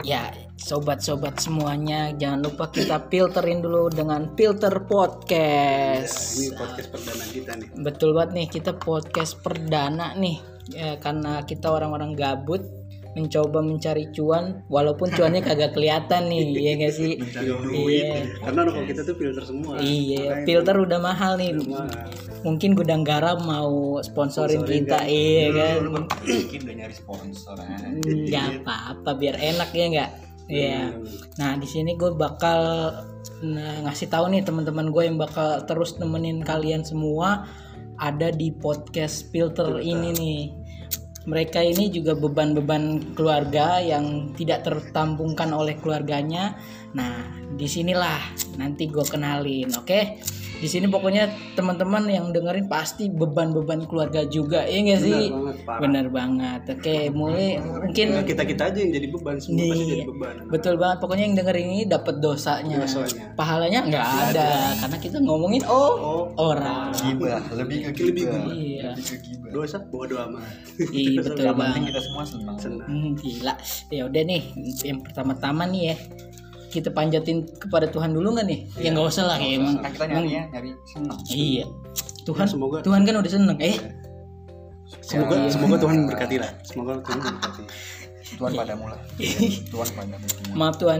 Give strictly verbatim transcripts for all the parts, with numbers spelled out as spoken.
Ya, sobat-sobat semuanya, jangan lupa kita filterin dulu dengan filter podcast. Ya, ini podcast perdana kita nih. Betul banget nih, kita podcast perdana nih. Ya, karena kita orang-orang gabut mencoba mencari cuan, walaupun cuannya kagak kelihatan nih, ya nggak sih? Mencari duit. Iya. Karena kalau kita tuh filter semua. Iya, filter udah mahal nih. Mahal. Mungkin Gudang Garam mau sponsorin, sponsorin kita, kan? Iya kan? Mungkin udah nyari sponsor. Nggak apa-apa, biar enak ya nggak? Iya. Nah di sini gue bakal nah, ngasih tahu nih teman-teman gue yang bakal terus nemenin kalian semua ada di podcast filter ini nih. Mereka ini juga beban-beban keluarga yang tidak tertampungkan oleh keluarganya. Nah, disinilah nanti gue kenalin, oke? Okay? Di sini pokoknya teman-teman yang dengerin pasti beban-beban keluarga juga, ya nggak sih? Benar banget. Oke, okay, mulai mungkin kita-kita aja yang jadi beban, semua nih, pasti jadi beban. Betul banget. Pokoknya yang dengerin ini dapat dosanya. dosanya. Pahalanya nggak ada, ada, karena kita ngomongin oh, oh orang. Gibah, lebih ke lebih gibah. Iya. Lebih ke gibah. Dosa bodo amat. Iya betul banget. Kita semua senang. senang. Hmm, gila. Ya udah nih, yang pertama-tama nih ya. Kita panjatin kepada Tuhan dulu nggak nih? Ya nggak usah lah ya emang. Kan kita nyarinya nyari senang. Iya. Tuhan, ya, semoga Tuhan kan udah seneng. Eh. Semoga ya. semoga Tuhan berkati lah. Semoga Tuhan berkati. Tuhan padamu lah. Tuhan padamu. Maaf Tuhan.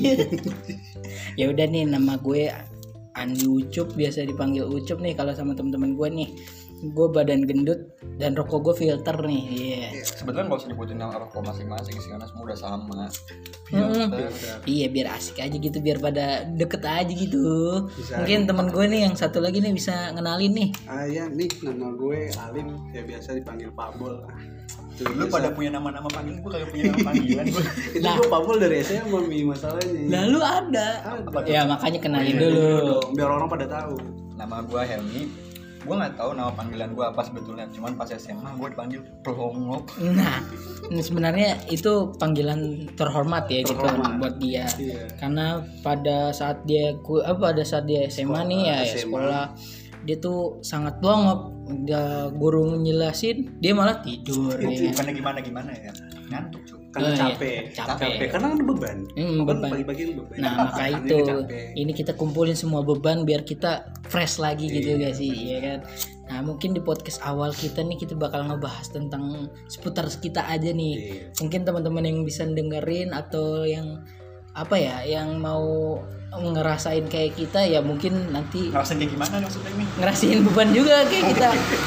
Ya udah nih, nama gue Andi Ucup, biasa dipanggil Ucup nih kalau sama teman-teman gue nih. Gue badan gendut dan rokok gue filter nih. Iya. Yeah. Sebetulnya nggak usah nyebutin nama rokok masing-masing sih, karena semua udah sama. Hmm. Iya, biar asik aja gitu, biar pada deket aja gitu. Bisa. Mungkin teman gue nih yang satu lagi nih bisa ngenalin nih. Ah ya nih, nama gue Alim, ya biasa dipanggil Pak Bol. Lu pada punya nama-nama panggilan, gue kagak punya nama panggilan. Itu nah. Gue Pak Bol dari S M A Mi masalahnya. Lalu ada. ada. Ya makanya kenalin oh, dulu. dulu. Biar orang pada tahu. Nama gue Helmi. Gue nggak tahu nama panggilan gue apa sebetulnya, cuman pas S M A gue dipanggil Pelongop. Nah, sebenarnya itu panggilan terhormat ya terhormat. Gitu buat dia, iya. Karena pada saat dia apa pada saat dia S M A sekolah, nih ya, ya sekolah dia tuh sangat pelongop. Dia guru ngejelasin dia malah tidur. Itu bukannya gimana gimana ya, ngantuk cuy. Karena oh, capek. Iya. capek, capek, karena ada beban. Hmm, beban. Pagi-pagi beban. Nah, maka itu ini kita kumpulin semua beban biar kita fresh lagi gitu iya, guys sih, ya kan. Nah, mungkin di podcast awal kita nih kita bakal ngebahas tentang seputar kita aja nih. Iya. Mungkin teman-teman yang bisa dengerin atau yang apa ya, yang mau ngerasain kayak kita ya mungkin nanti ngerasain kayak gimana nih maksudnya nih? Ngerasain beban juga kayak kita.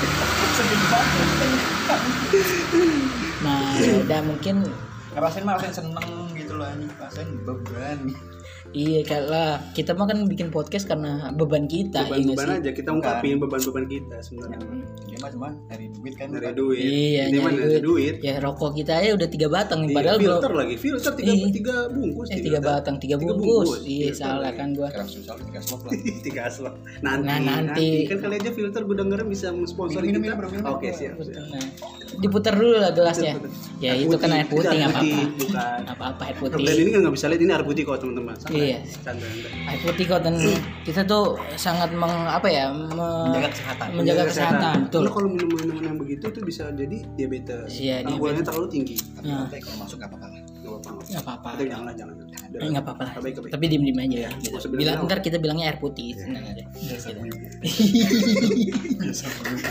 Nah, ya udah mungkin ngerasain mah ngerasain seneng gitu loh, ngerasain beban. Iya, kalau kita mah kan bikin podcast karena beban kita. Beban-beban aja kita ungkapin beban-beban kita sebenarnya. Dia mah cuma dari duit kan. Dari duit. Iya, nyari duit. duit. Ya rokok kita aja udah tiga batang nih, iya, padahal filter belum. lagi, filter tiga, iya. tiga bungkus. Eh, tiga batang, tiga, tiga bungkus. bungkus. Iya, salah lagi. Kan gua. Sekarang susah tiga slot lah. tiga slot. Nanti, nah, nanti. nanti kan kali aja filter Gudang Garam bisa mensponsori kita. Oke, siap. Nah, diputar dulu lah gelasnya. Ya itu kan air putih enggak apa-apa. Bukan. Apa-apa air putih. Dan ini kan enggak bisa lihat ini air putih kok, teman-teman. Iya. Air putih kok, dan kita tuh sangat meng apa ya me, menjaga kesehatan menjaga kesehatan betul. Kalau minum minuman yang begitu tuh bisa jadi diabetes. Iya, nah, gulanya terlalu tinggi. Nah. Tapi kalau masuk nggak apa-apa lah. Nggak apa-apa. Tapi janganlah jangan. Eh, nggak apa-apa lah. Tapi diem-diem aja ya. Gitu. Bila ntar kita bilangnya air putih. Ya. Senang aja. Biasa buyung. Biasa buyung.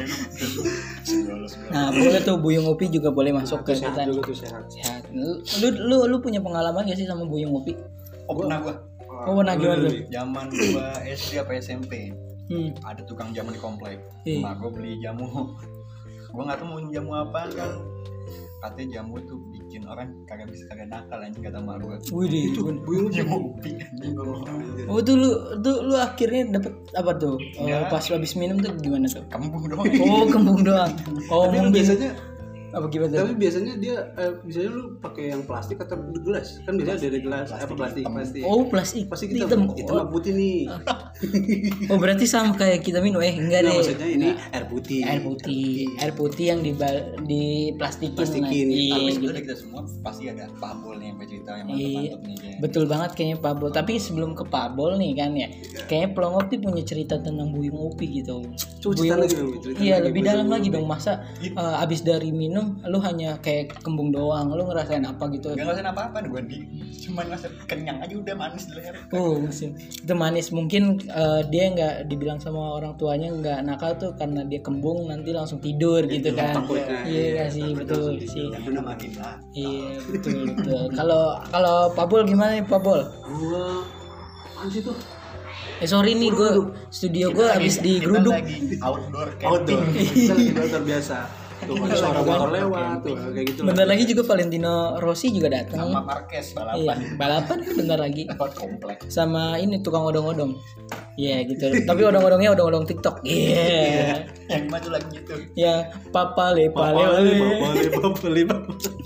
Nah, boleh tuh Buyung Upi juga boleh masuk nah, ke kita. Juga tuh sehat. Sehat. Lu, lu lu punya pengalaman gak sih sama Buyung Upi? Oh, pernah gua. Oh, pernah gimana tuh? Zaman gua S D apa S M P. Hmm. Ada tukang jamu di komplek. Hmm. Nah, gua beli jamu. Gua enggak tahu mau jamu apa kan. Katanya jamu tuh bikin orang kagak bisa kagak nakal anjing, kata mak gua. Wih, itu Buyung jamu Upi anjing. Oh, tuh lu tuh lu akhirnya dapet apa tuh? Oh, pas habis minum tuh gimana tuh? Kembung doang. Oh, kembung doang. Oh, tapi mungkin biasanya apa gimana? Tapi biasanya dia eh, biasanya lu pakai yang plastik atau gelas? Kan biasanya ada gelas apa plastik plastik. Oh, plastik. Pasti kita hitam, hitam oh. putih nih. Oh, berarti sama kayak kita minum eh enggak nah, deh. Maksudnya ini nah, air putih. Air putih. Air putih yang di di plastikin. Plastikin. Tapi sebetulnya kita semua pasti ada pabol nih yang cerita yang mantap-mantap nih kayaknya. Betul banget kayaknya pabol. Tapi sebelum ke pabol nih kan ya. Kayaknya Pelongop nih punya cerita tentang Buyung Upi gitu. Buyung Upi. Iya, lebih dalam lagi dong. Masa uh, abis dari minum minum lu hanya kayak kembung doang, lu ngerasain apa gitu? Gak ngerasain apa-apa gue di cuman ngerasa kenyang aja udah manis di leher. Oh musim itu manis mungkin uh, dia nggak dibilang sama orang tuanya nggak nakal tuh karena dia kembung nanti langsung tidur gitu kan? Takutnya. Iya sih betul langsung sih. tidur. Yang mana makin lah. Iya betul betul. Kalau kalau Pak Bol gimana nih Pak Bol? Gua apaan sih tuh? Eh sorry nih gue studio gue habis digeruduk. Lagi outdoor camping. Outdoor. Kita lagi outdoor biasa. Tuh ada suara motor lewat tuh kayak gitu. Bentar lagi juga Valentino Rossi juga datang. Sama Marquez Iya, balapan. balapan kan bentar lagi. Lewat komplek. Sama ini tukang odong-odong. Iya gitu. Tapi odong-odongnya odong-odong TikTok. Iya. Yang maju lagi gitu. Ya papa le pale Boleh, pale. boleh, boleh.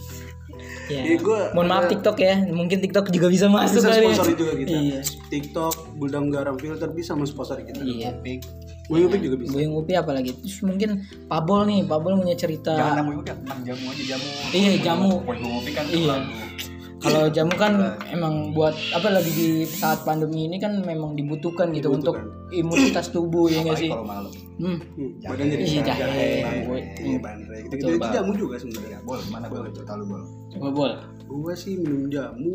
Ya. Iya, gua Mohon maaf ada- TikTok ya. Mungkin TikTok juga bisa masuk Bisa kali ya. sponsori juga kita. Iya. TikTok, Gudang Garam Filter bisa mensponsori kita. Iya. Pik. Gue Ngupik juga bisa. Gue ngopi apa lagi? Terus mungkin Pak Bol nih, Pak Bol punya cerita. Jangan namanya udah tentang jamu aja jamu. Iya, jamu. Poin ngopi kan Iya. terlalu. Kalau jamu kan emang buat apa lagi di saat pandemi ini kan memang dibutuhkan gitu untuk imunitas tubuh ya nggak Apalagi sih? kalau malam. Hmm. Hmm, badan jadi Iya, sehat. jahe. Bandrek, iya, bandrek. Gitu-gitu Betul, itu Bang. jamu juga sebenarnya. Bol, gimana bol? Cerita lu bol. Coba Bol. Gua sih minum jamu,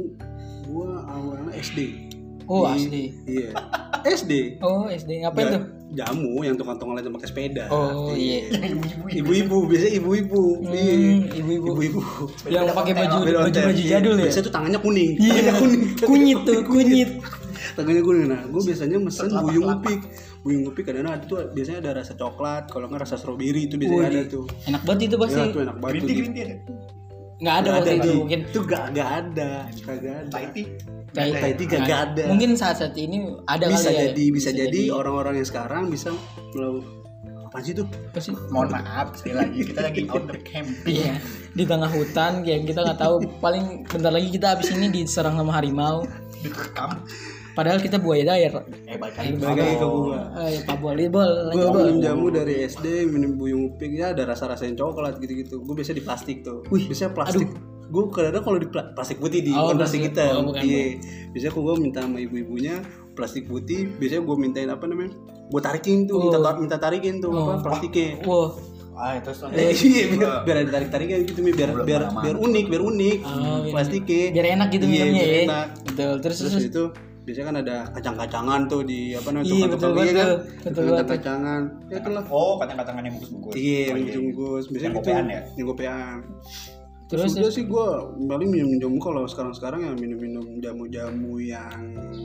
gua awalnya S D. Oh, Di- asli. Iya. S D. Oh, S D ngapain Ja- tuh? Jamu yang tukang-tukang lain pakai sepeda. Oh, iya. Ibu-ibu, biasanya ibu-ibu. Iya. Hmm, ibu-ibu. Ibu-ibu. Yang pakai baju Beda baju ontel. baju Iya. jadul ya? Biasanya tuh tangannya kuning. Iya, Tangannya kuning. kunyit tuh, kunyit. Tangannya kuning. Nah, gue biasanya mesen Telapak- buyung telapak. upik. Buyung upik kadang-kadang ada tuh biasanya ada rasa coklat, kalau nggak rasa strawberry itu biasanya Wih, ada tuh. Enak banget itu pasti. Ya, tuh enak banget. Green tuh tea, di- green tea ada. Nggak ada Nggak waktu itu Di. mungkin. Itu gak, gak ada. Kagak ada. Thai tea. Kayak Thai tea kagak ada. Mungkin saat-saat ini ada bisa kali ya. jadi bisa, jadi orang-orang yang sekarang bisa melakukan apa sih tuh? Apa sih? Mohon maaf sekali lagi kita lagi outdoor camping. Iya, di tengah hutan yang kita nggak tahu paling bentar lagi kita habis ini diserang sama harimau. Dikekam. Padahal kita buaya daer. Eh balik lagi. Balik lagi ke gua. Eh, Pak Bol, Bol, lanjut Gue Bol. minum jamu dari S D, minum buyung upik ya ada rasa-rasa yang coklat gitu-gitu. Gue biasa di plastik tuh. Wih, biasanya plastik. Gue kadang-kadang kalau di pla- plastik putih di Oh, bukan plastik plastik- hitam. oh, bukan, Iya. Biasanya gue minta sama ibu-ibunya plastik putih. Biasanya gue mintain apa namanya? Gue tarikin tuh, minta, Oh. minta tarikin tuh Oh. apa plastiknya. Wah, Ah itu terus Eh, iya, biar, biar ada tarik-tarikan gitu, Mi. biar Belum biar pengalaman. biar unik, biar unik Oh, biar- plastiknya. biar enak gitu Iya, minumnya biar ya. enak. Betul. Terus Terus terus. itu biasanya kan ada kacang-kacangan tuh di apa namanya Iya, tukang-tukang betul iya kan, banget. Betul Tukang banget. kacangan ya itulah. Oh, kacang-kacangan yang bungkus-bungkus. Iya, Oh, yang bungkus. Biasanya Yang gitu. kopean ya? Yang kopean. Terus, Terus udah sih gue paling minum jamu kalau sekarang-sekarang ya minum-minum jamu-jamu yang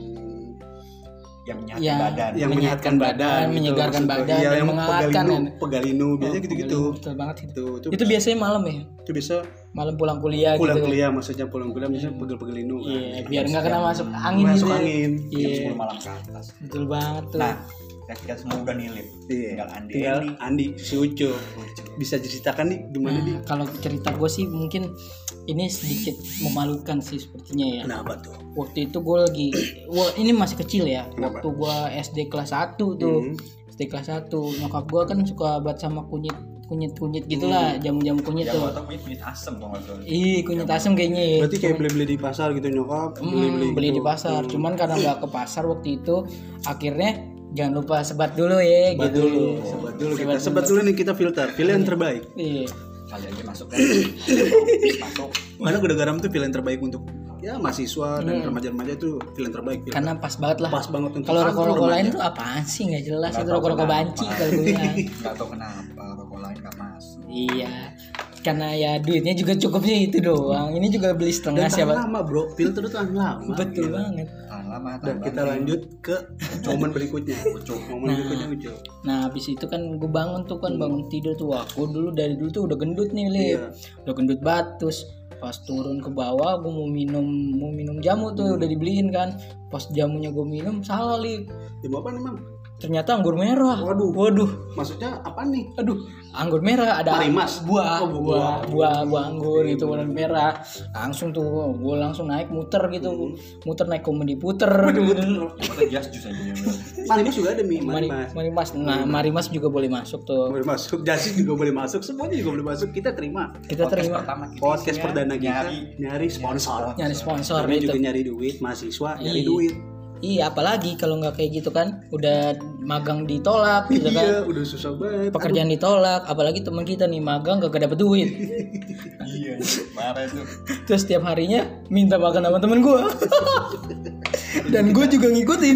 yang menyehatkan Ya, badan. yang menyehatkan menyehatkan badan, badan, gitu menyegarkan maksud gua. badan, Iya, yang yang menghangatkan, pegalinu, ya. pegalinu biasanya Oh, gitu-gitu. Betul banget itu. Itu, itu, Itu biasanya malam ya? itu bisa Malam pulang kuliah pulang gitu. kuliah maksudnya pulang kuliah misalnya pegel-pegelinu kan. Iya, biar nggak kena masuk angin Masuk gitu. angin. Jam Iya, sepuluh malam ke atas. betul banget tuh. Nah, kita, kita semua udah nih Lip. Iya. Tinggal Andi. Tinggal Andi. Andi si Uco. Bisa diceritakan nih gimana Nah, nih? kalau cerita gue sih mungkin ini sedikit memalukan sih sepertinya ya. Kenapa tuh? Waktu itu gue lagi, wah ini masih kecil ya. Kenapa? Waktu gue S D kelas satu tuh, Hmm. S D kelas satu, nyokap gue kan suka banget sama kunyit, kunyit kunyit gitulah, jamu-jamu kunyit Yang tuh. atau punya kunyit asem kalau nggak salah. Ih, kunyit asem kayaknya. ya. Berarti kayak beli-beli di pasar gitu nyokap, Hmm, beli-beli beli gitu. di pasar. Hmm. Cuman karena nggak ke pasar waktu itu, akhirnya jangan lupa sebat dulu ya, Sebat gitu. dulu, sebat dulu kita. Sebat dulu nih kita filter, pilih yang terbaik. Iya. Kali aja masuk kan. Masuk. Mana Gudang Garam tuh pilihan terbaik untuk ya mahasiswa dan Hmm. remaja-remaja tuh pilihan terbaik. Pilihan Karena pas banget lah. pas banget untuk Kalau kan rokok-rokok remaja. lain tuh apaan sih, nggak jelas. Nggak Itu tahu rokok-rokok kenapa. banci kalau gue bilang. Nggak tahu kenapa rokok lain nggak masuk. Iya. Karena ya duitnya juga cukupnya itu doang. Ini juga beli dan setengah tahan siapa. lama bro, filter tuh tahan lama. Betul gitu. banget. Tahan lama. Dan tahan kita lama. lanjut ke momen berikutnya. Ucuk, momen Nah. berikutnya Ucuk. Nah habis itu kan gue bangun tuh kan bangun tidur tuh. Aku dulu dari dulu tuh udah gendut nih Lip. Iya. Udah gendut batus. Pas turun ke bawah gue mau minum mau minum jamu tuh udah dibeliin kan. Pas jamunya gue minum salah Lip. Jamu apa nih Mam? Ternyata anggur merah. Waduh. Waduh. Maksudnya apa nih? Aduh, anggur merah ada Marimas? buah, Oh, buah, buah. buah, buah anggur itu warna merah. Langsung tuh gue langsung naik muter gitu. Muter naik komedi puter gitu. Kita jas jus aja. Marimas juga ada Mi, Mari, Marimas. Marimas. Nah, Marimas juga boleh masuk tuh. Boleh masuk, Jasis juga boleh masuk, semuanya juga boleh masuk. Kita terima. Kita Podcast terima pertama kita Podcast isinya perdana kita nyari nyari sponsor. nyari sponsor Namanya gitu. juga nyari duit, mahasiswa nyari Iya. duit. Iya, apalagi kalau nggak kayak gitu kan, udah magang ditolak gitu Iya, kan, udah susah banget. pekerjaan ditolak, apalagi teman kita nih magang gak dapet duit, Iya, marah tuh. terus setiap harinya minta makan sama temen gue, dan gue juga ngikutin.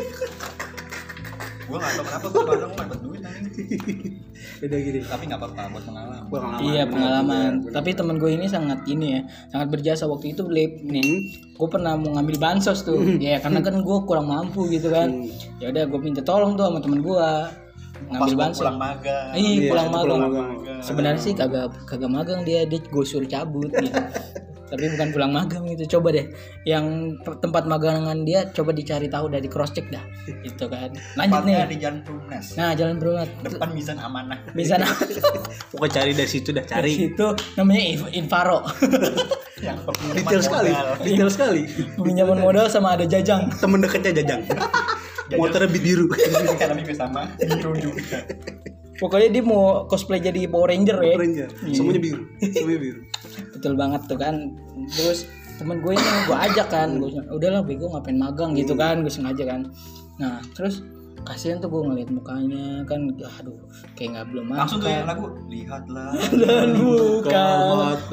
Gue nggak tahu kenapa gue kadang nggak dapet duit nanti. Beda gini. Tapi nggak apa-apa buat pengalaman. Pengalaman. Iya benar, pengalaman. benar, benar. Tapi temen gue ini sangat ini ya, sangat berjasa waktu itu Lip. Nih, Hmm. gue pernah mau ngambil bansos tuh, ya karena kan gue kurang mampu gitu kan. Hmm. Ya udah gue minta tolong tuh sama temen gue Pas ngambil gua bansos. pulang magang. Iya, Iya, pulang itu magang. pulang magang. Sebenarnya sih kagak kagak magang dia, dia gue suruh cabut gitu. Tapi bukan pulang magang gitu. Coba deh yang pe- tempat magangan dia coba dicari tahu dari cross check dah. Gitu kan. Lanjut Tempatnya nih. di Jalan Perumnas. Nah, Jalan Berumat. Depan Mizan Amanah. Bisa nah. Pokoknya cari dari situ dah, cari. Itu namanya Inf- Infaro. Yang pengiriman Detail sekali, modal. detail sekali. Peminjaman modal sama ada jajang. Temen deketnya Jajang. Motornya biru. Karena juga sama biru juga. Pokoknya dia mau cosplay jadi Power Ranger ya. Ranger. Semuanya biru. Semuanya biru. Betul banget tuh kan. Terus temen gue ini gue ajak kan, gue bilang, udahlah bego ngapain magang gitu kan, gue sengaja kan. Nah terus kasihan tuh gue ngeliat mukanya kan, aduh kayak nggak belum makan. Langsung tuh yang lagu lihatlah. Dan bukan.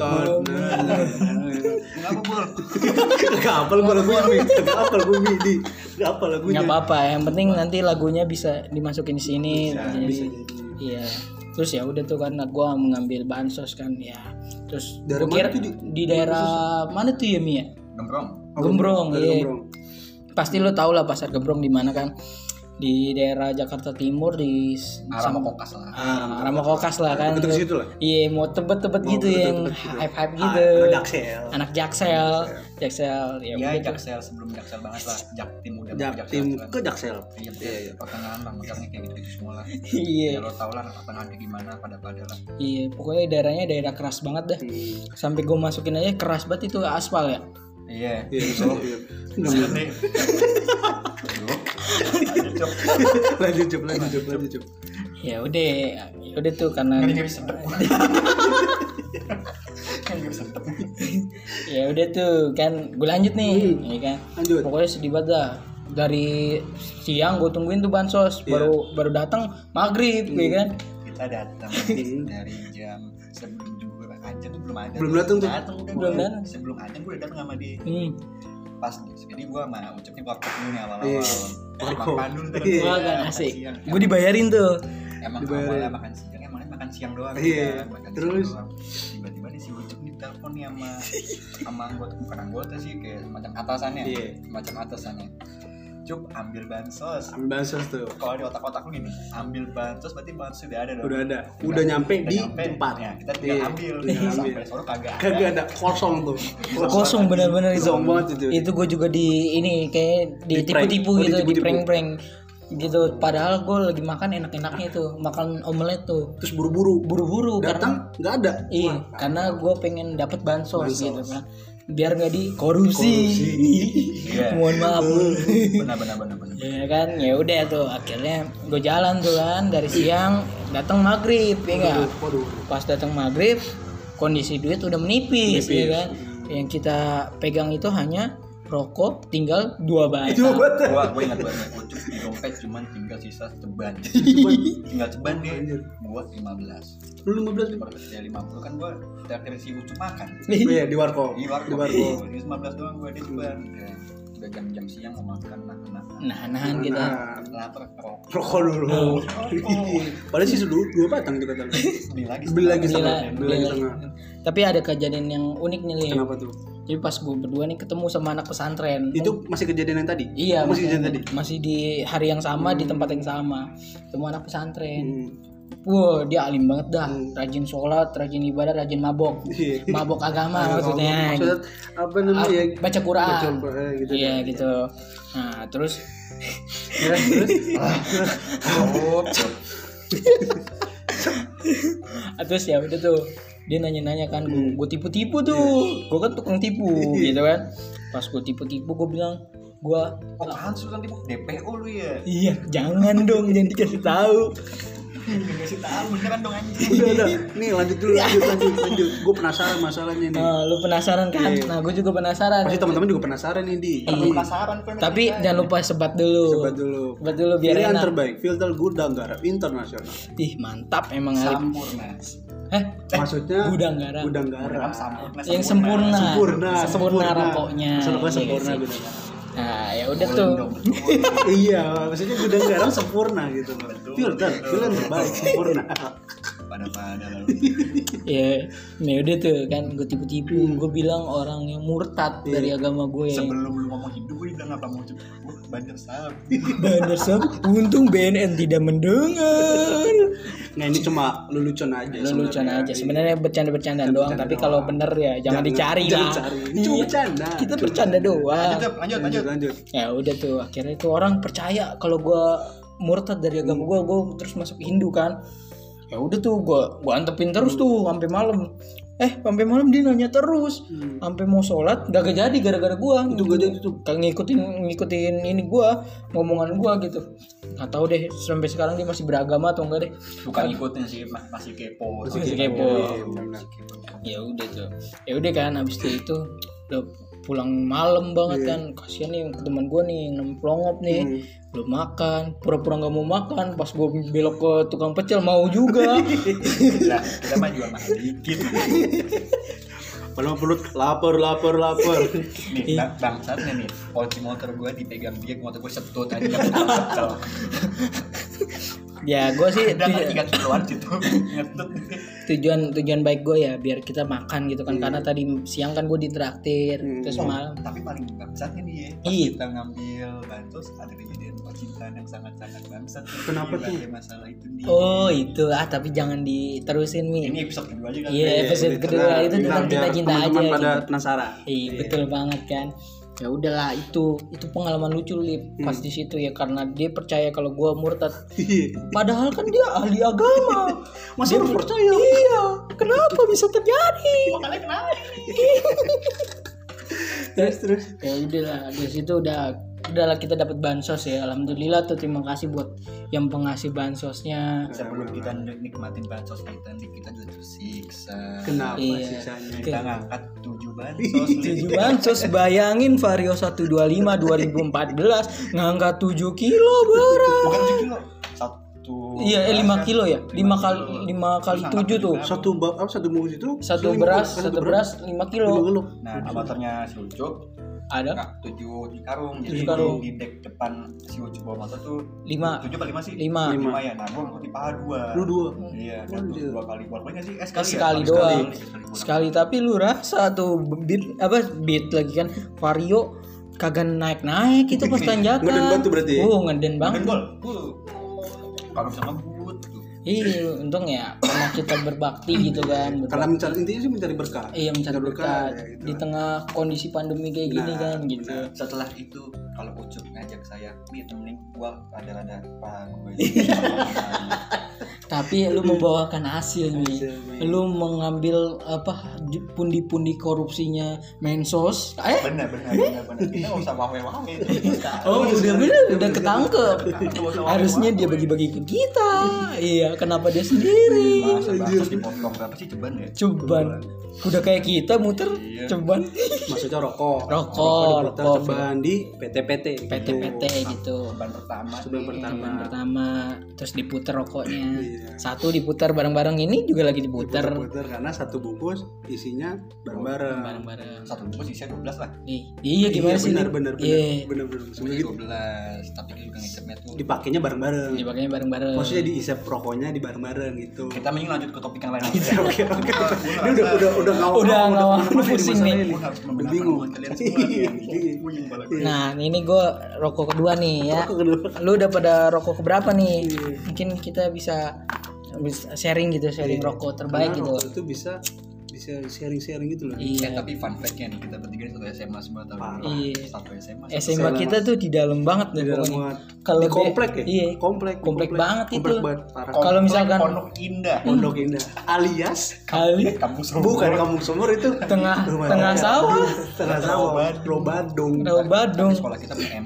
Kenapa bol? Gak apal gue lagunya Mi. Gak apal gue Mi. Di. Gak apal lagunya. Nggak apa-apa, yang penting nanti lagunya bisa dimasukin di sini. Bisa, Jadi- bisa jadi. Iya. Terus ya udah tuh karena gue mengambil bansos kan ya. Terus Daerah gue kira mana tuh, Di? di daerah mana tuh ya Mia? Gembrong. Oh, Gembrong, dari iya. Gembrong. Pasti lo tau lah pasar Gembrong di mana kan, di daerah Jakarta Timur di Arah Kokas lah. ah, Rama Kokas lah kan. Deket situ lah. Iya mau tebet-tebet Mau gitu yang tebet-tebet gitu. hype hype Ah, gitu. anak Jaksel. Anak Jaksel, Jaksel ya Iya, udah tuh. Jaksel sebelum Jaksel banget lah. Jaktim udah mau Jaktim Jaksel. ke Jaksel. Iya, Iya, iya. pertengahan lah, makanya kayak gitu gitu semua lah. Iya, Ya lo tau lah pertengahan kayak gimana pada-pada lah. iya pokoknya daerahnya daerah keras banget dah. Hmm. Sampai gue masukin aja keras banget itu aspal ya. Iya. Iya, bisa. Iya. Nggak mau. Nih. Aduh. Aduh, Cok. Lanjut Cuk, lanjut Cuk, lanjut Cuk. Ya udah, ya udah tuh karena Ngeri ngeri sedep. Ngeri sedep. ya udah tuh kan gue lanjut nih, ya kan. Lanjut. Pokoknya sedih banget dah. Dari siang gue tungguin tuh bansos, Iya. baru baru datang maghrib, ya kan. Kita datang dari jam sebelum zuhur aja tuh belum ada. Belum datang tuh. Datang udah Belum gua. datang. Sebelum aja gue udah datang sama dia. Hmm. Pas jadi gue sama Ucup nih warkop dulu nih Iya. awal-awal. Warkop. Makan dulu ntar Iya. gua Wah kan makan asik. siang. Gue dibayarin tuh. Emang Dibayarin. awalnya makan siang, emangnya makan siang doang. Iya. kan, makan Terus? siang doang. Tiba-tiba nih si Ucup nih telepon nih sama sama anggota, bukan anggota sih, kayak semacam atasannya. Iya. Semacam atasannya. Cup ambil bansos. Ambil bansos tuh. Kalau di otak-otak lu gini, ambil bansos berarti bansos udah ada dong. Udah ada. Udah nyampe Udah di nyampe. tempat. Ya, kita tinggal Iya, ambil. tinggal ambil. Sampai sore kagak ada. Kagak ada, kosong tuh. Kosong bener-bener itu. Kosong banget itu. Itu gue juga di ini kayak ditipu-tipu Di prank. Oh, gitu, di ditipu-tipu. prank-prank gitu. Padahal gue lagi makan enak-enaknya tuh, makan omelet tuh. Terus buru-buru. Buru-buru Datang nggak ada. karena iya, Wah, karena gue pengen dapat bansos, Bansos. gitu kan. Biar nggak di korupsi. Iya. Mohon maaf. Benar benar benar benar. Ya kan, ya udah tuh akhirnya gue jalan tuh kan dari siang datang maghrib ya enggak. Waduh. Pas datang maghrib kondisi duit udah menipis, Menipis. ya kan. Yang kita pegang itu hanya rokok tinggal dua batang. Itu buat Gua gua ingat banget, gua cukup di dompet cuman tinggal sisa ceban. Tinggal ceban dia. Anjir. Gua lima belas. Lu lima belas. Baru ya lima puluh kan gua terakhir si Ucup makan. Iya, di warkop. Di warkop. Di warkop. Ini lima belas doang gua dia ceban. Ya, udah jam-jam siang mau makan nah Nah, nahan kita. Nah, lapar rokok. rokok dulu. Padahal sih dua, dua batang kita tadi. Beli lagi. Beli lagi Beli setengah. lah, Beli beli lagi lah. setengah. Tapi ada kejadian yang unik nih, Lim. Kenapa tuh? Jadi pas gue berdua nih ketemu sama anak pesantren. Itu masih kejadian yang tadi? Iya, masih kejadian tadi. masih di hari yang sama di tempat yang sama. Ketemu anak pesantren. Hmm. Wah, dia alim banget dah. Hmm. Rajin sholat, rajin ibadah, rajin mabok. Iya. Mabok agama Maksudnya, maksudnya. maksudnya apa namanya ya? Baca Quran. Baca Quran, gitu. Iya gitu. Nah terus Ya, terus Oh, Cup. ah, terus ya udah tuh dia nanya-nanya kan, gue gue tipu-tipu tuh, Iya. gue kan tukang tipu gitu kan. Pas gue tipu-tipu gue bilang gue Apaan sih kan tipu D P O lu ya? iya jangan dong jangan dikasih tahu. Ngasih tahu beneran dong anjing. Udah udah. Nih lanjut dulu lanjut lanjut lanjut. Gue penasaran masalahnya nih. Oh, lu penasaran kan? Iya. Nah, gue juga penasaran. Pasti teman-teman juga penasaran nih di. Kalau Ini penasaran kan. Tapi jangan lupa sebat dulu. coba dulu. Sebat dulu biar Pilihan enak. terbaik filter gudang garam internasional. Ih, mantap emang Alip. Sampurna. Eh, Maksudnya gudang garam. gudang garam. Sampurna. Yang sempurna. Sempurna, Sempurna rokoknya. Sempurna, Iya sempurna sih. gudang garam. Nah, ya udah tuh. Iya, maksudnya gudang garam sempurna gitu loh. Filter, filter terbaik sempurna. Pada-pada lalu. Ya, nih udah tuh kan gue tipu-tipu, gue bilang orang yang murtad Iya. dari agama gue. Sebelum lu ngomong hidup gue bilang apa mau cepet gue bandar sapi. Bener sob, untung B N N tidak mendengar. Nah ini cuma lelucon aja. Lelucon sebenarnya. aja, sebenarnya bercanda-bercandaan doang. Bercanda Tapi doang. kalau bener ya jangan, dicari jangan lah. cari. Ini cuma Iya. bercanda. Kita Cuma bercanda bercanda. doang. Lanjut, lanjut, Lanjut lanjut. lanjut. Ya udah tuh, akhirnya tuh orang percaya kalau gue murtad dari agama gue, gue terus masuk Hindu kan. Ya udah tuh, gue gue antepin terus tuh sampai malam. Eh, sampai malam dia nanya terus. Hmm. Sampai mau sholat gak jadi gara-gara gua Itu gak jadi tuh. Kayak ngikutin ngikutin ini gua, ngomongan gua gitu. Nggak tahu deh sampai sekarang dia masih beragama atau enggak deh. Bukan ngikutin sih, ma- masih kepo. Masih kepo. Iya, benar. Ya udah tuh. Ya udah kan habis itu udah pulang malam banget Iya. kan. Kasihan nih teman gua nih yang pelongop nih. Hmm. Belum makan, pura-pura nggak mau makan. Pas gua belok ke tukang pecel mau juga. Nah, kita mah juga makan dikit. Padahal perut lapar lapar lapar. Nih, bang, bangsatnya nih, kunci motor gue dipegang dia, motor gue setut aja pecel. Ya gua sih Dan tuju- tiga kiloan situ ngetut. tujuan tujuan baik gue ya biar kita makan gitu kan. Iya. Karena tadi siang kan gue ditraktir Hmm. terus Oh, malam. tapi paling bangsatnya nih ya, pas Iya. kita ngambil bansos ada kejadian percintaan yang sangat-sangat bangsat. Kenapa Di tuh? bagian masalah itu nih. Oh itu ah tapi jangan diterusin Mi. Ini episode kedua aja kan. Iya, episode Iya, kedua tenang, itu tentang tenang, biar cinta-cinta teman-teman aja, pada gitu. penasaran. Iya betul banget kan. Ya udahlah itu itu pengalaman lucu Lip pas Hmm. di situ ya karena dia percaya kalau gue murtad. Iya. Padahal kan dia ahli agama. Masa Dia lu per- percaya? Iya. Kenapa bisa terjadi? Makanya kenapa? Terus terus. Ya udahlah dari situ udah udahlah kita dapat bansos ya. Alhamdulillah tuh terima kasih buat yang pengasih bansosnya. Sebelum kita nikmatin bansos kita nih, kita dulu tersiksa. Kenapa Iya. sisanya? Kita ngangkat tujuh bansos. tujuh bansos, bayangin Vario seratus dua puluh lima dua ribu empat belas ngangkat tujuh kilo berat. Bukan tujuh kilo, satu. Iya, eh lima kilo ya. lima kali lima kali tujuh tuh. Satu bab apa satu bungkus itu? Satu lima- beras, satu satu beras lima lima kilo. kilo. Nah, di motornya si Ucup Ada nggak tujuh di karung, Tujuh jadi karung. di dek depan si Ucup bawa motor tuh lima. tujuh apa lima sih? Lima. Lima ya. Nah, gua ngangkut di paha dua. Lu dua. Iya, Anjir. ngangkut dua kali bolak balik nggak sih? Eh, Sekali, sekali, ya? doang. Sekali, bolak. Sekali tapi lu rasa tuh beat apa beat lagi kan Vario kagak naik-naik itu pas tanjakan. Ngeden banget tuh berarti ya? Oh, ngeden banget. Makan gol. Uh. Kalau bisa ngebut tuh. Iya, untung ya karena kita berbakti gitu kan. Karena berbakti. mencari intinya sih mencari berkah. Iya mencari berkat ya, gitu. di tengah kondisi pandemi kayak gini Nah, kan gitu. benar. Setelah itu kalau Ucup ngajak saya, "Mi, temenin gua ada-ada paha gue." Tapi lu membawakan hasil nih. Hasil, Mi. Lu mengambil apa di- pundi-pundi korupsinya Mensos. Eh? Benar, benar, benar, benar. Kita nggak usah wawe-wawe. Oh, udah bener, udah ketangkep. Harusnya dia bagi-bagi ke kita. Iya, kenapa dia sendiri? Masa bansos dipotong berapa sih ceban ya? Ceban. Udah kayak kita muter Iya. ceban. Maksudnya rokok. Rokok, diputar rokok. ceban di P T P T. P T P T gitu. Ceban pertama. Ceban nih. pertama. Ceban pertama terus diputer rokoknya. Iya. Satu diputar bareng-bareng ini juga lagi diputer. Putar karena satu bungkus isinya bareng-bareng. Bareng-bareng. Satu bungkus isinya dua belas lah. Ih, iya gimana sih? benar Lip? benar benar. Iya. Benar benar. Sebenarnya Sebenarnya dua belas, tapi kita juga ngisepnya tuh. dipakainya bareng-bareng. Dipakainya bareng-bareng. Maksudnya diisep rokoknya di bareng-bareng gitu. Kita mending lanjut ke topik yang lain. Oke oke. Ini udah udah udah ngawang. Udah ngawang, kemana-mana nih pusing masalahnya nih. Gue harus Udah membenarkan bingung. omongan kalian semua nih. Puyeng kepala gue. Nah, ini gue rokok kedua nih ya. Rokok kedua. Lu udah pada rokok keberapa nih? Iya. Mungkin kita bisa bisa sharing gitu, sharing rokok terbaik Karena gitu. rokok itu bisa bisa sharing-sharing gitu loh. Eh, Iya. tapi fun fact-nya nih, kita bertiga ini satu S M A semua tahun Parah. dulu. Iya. Satu S M A. S M A kita tuh di dalam banget Di deh dalam pokoknya. banget. Kalau Di be- komplek ya? Iya. Komplek. di Komplek banget komplek itu. banget, parah. Komplek Kalau misalkan- Pondok Indah. Pondok Indah alias Kali Kampus bukan Kampung Sumur itu tengah rumah tengah saya. sawah, tengah sawah Rawa Badung. Rawa Badung. Sekolah kita punya empang.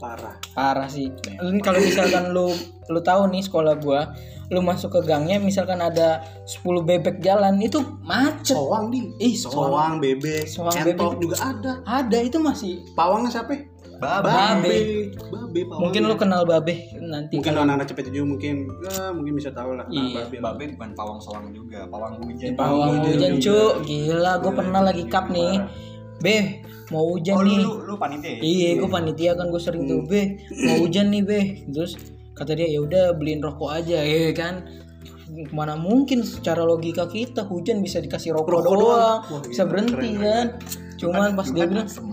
Parah. Parah sih. Lu kalau misalkan lu lu tahu nih sekolah gua, lu masuk ke gangnya misalkan ada sepuluh bebek jalan itu macet. Soang di. Ih, soang. Soang, bebek, Soang, entok bebek. juga ada. Ada itu masih. Pawangnya siapa? Babe. Babe. Babe pawangnya. Mungkin lu kenal Babe nanti. Mungkin kalau- anak-anak cepet tujuh mungkin ya, mungkin bisa tahu lah. Iya. Babe. Babe bukan pawang soang juga, pawang hujan. Pawang Hujan hujan juga. cu, gila gue Iya, pernah lagi cup nih. Beh, mau hujan Oh, lu, nih. lu, lu panitia ya? Iya, gue panitia kan gue sering tuh, Beh, mau hujan nih, Beh. Terus kata dia ya udah beliin rokok aja, ya kan. Mana mungkin secara logika kita hujan bisa dikasih rokok, Rokok doang, doang. Wah, bisa gila, berhenti keren, kan. Cuman pas dia Bukan bilang, asem.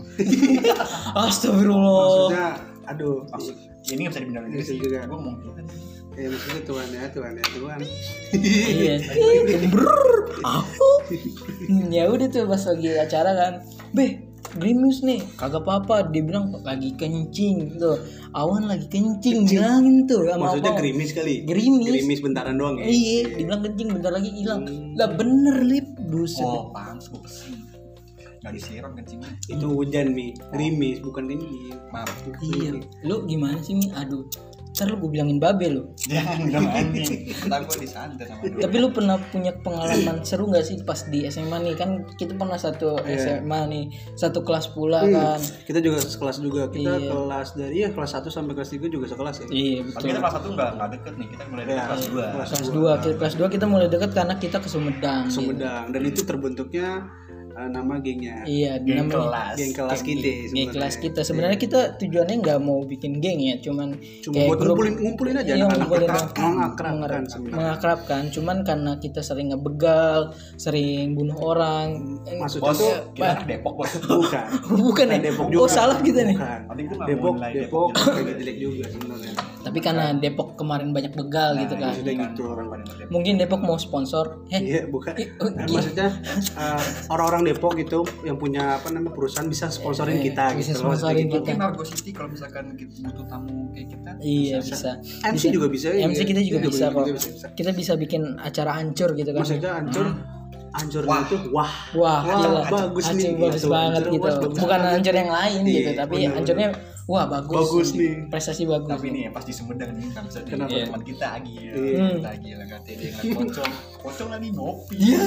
astagfirullah. Maksudnya aduh. Maksud, ini nggak bisa dibenerin Bisa sih. juga. Gue mau gitu. Ya maksudnya Tuhan ya, Tuhan ya, Tuhan. Iya, brrrr, aku. Hmm, ya udah tuh pas lagi acara kan, Beh, gerimis nih, kagak apa-apa. Dia bilang lagi kencing tuh, awan lagi kencing, bilangin tuh sama Maksudnya apa? gerimis kali. Gerimis. Gerimis bentaran doang ya. Iya, dibilang kencing bentar lagi hilang. Lah bener lip, buset. Oh, pantas gue kesini. Nggak disiram kencingnya. Itu hujan Mi, gerimis bukan kencing. Maaf. Iya, lu gimana sih Mi? Aduh, ntar lu gue bilangin babe lu. Jangan bilang anjing. Ntar gue disantet sama dia. Tapi lu pernah punya pengalaman seru gak sih pas di S M A nih? Kan kita pernah satu S M A nih, satu kelas pula kan. Kita juga sekelas juga. Kita Iya. kelas dari ya kelas satu sampai kelas tiga juga sekelas ya. Iya Tapi betul. kita kelas satu nggak nggak deket nih. Kita mulai dari Iya, kelas dua. kelas Kelas dua, kita kelas dua kita mulai dekat karena kita ke Sumedang. gitu. Sumedang dan itu terbentuknya uh, nama gengnya. Iya, Geng namanya kelas. Geng kelas kita geng sebenarnya. kelas kita. Sebenarnya kita tujuannya nggak mau bikin geng ya, cuman Cuma kayak buat grup- ngumpulin ngumpulin aja Iya, anak-anak ngumpulin mengakrabkan, mengakrabkan mengakrab- sebenarnya. mengakrabkan. Cuman karena kita sering ngebegal, sering bunuh orang. Eh, Maksudnya Bos, tuh kita anak Depok bos. bukan. bukan ya? Depok Oh juga. salah kita nih. Bukan. Nanti gua nggak Depok, mau nilai Depok, Depok Depok jelek juga sebenarnya. Tapi karena Depok kemarin banyak begal gitu kan. maksudnya Kan, gitu. orang pada Depok. Mungkin Depok mau sponsor. Eh, Iya, bukan. Ih, oh, Nah, gila. maksudnya uh, orang-orang Depok gitu yang punya apa namanya perusahaan bisa sponsorin Eh, kita bisa gitu. loh, sponsorin maksudnya Mungkin kita. Margo City kalau misalkan kita butuh tamu kayak kita. iya bisa. M C juga bisa. M C iya. kita juga Iya, bisa kok. kita bisa, bisa. Kita bisa bikin acara hancur gitu kan. Maksudnya hancur, hancurnya Wah. itu wah. Wah, Wah, gila. bagus Hancur nih, bagus gitu. banget Hancur gitu. bagus, bagus Bukan banget. hancur yang lain Iya, gitu, tapi benar, hancurnya wah bagus. Bagus nih. Prestasi bagus. Tapi nih pas di Sumedang nih bangsa nih Kenapa? ya, teman kita Agil. Iya. Kita Agil nggak dia ngeliat pocong. Pocong lagi ngopi. Iya.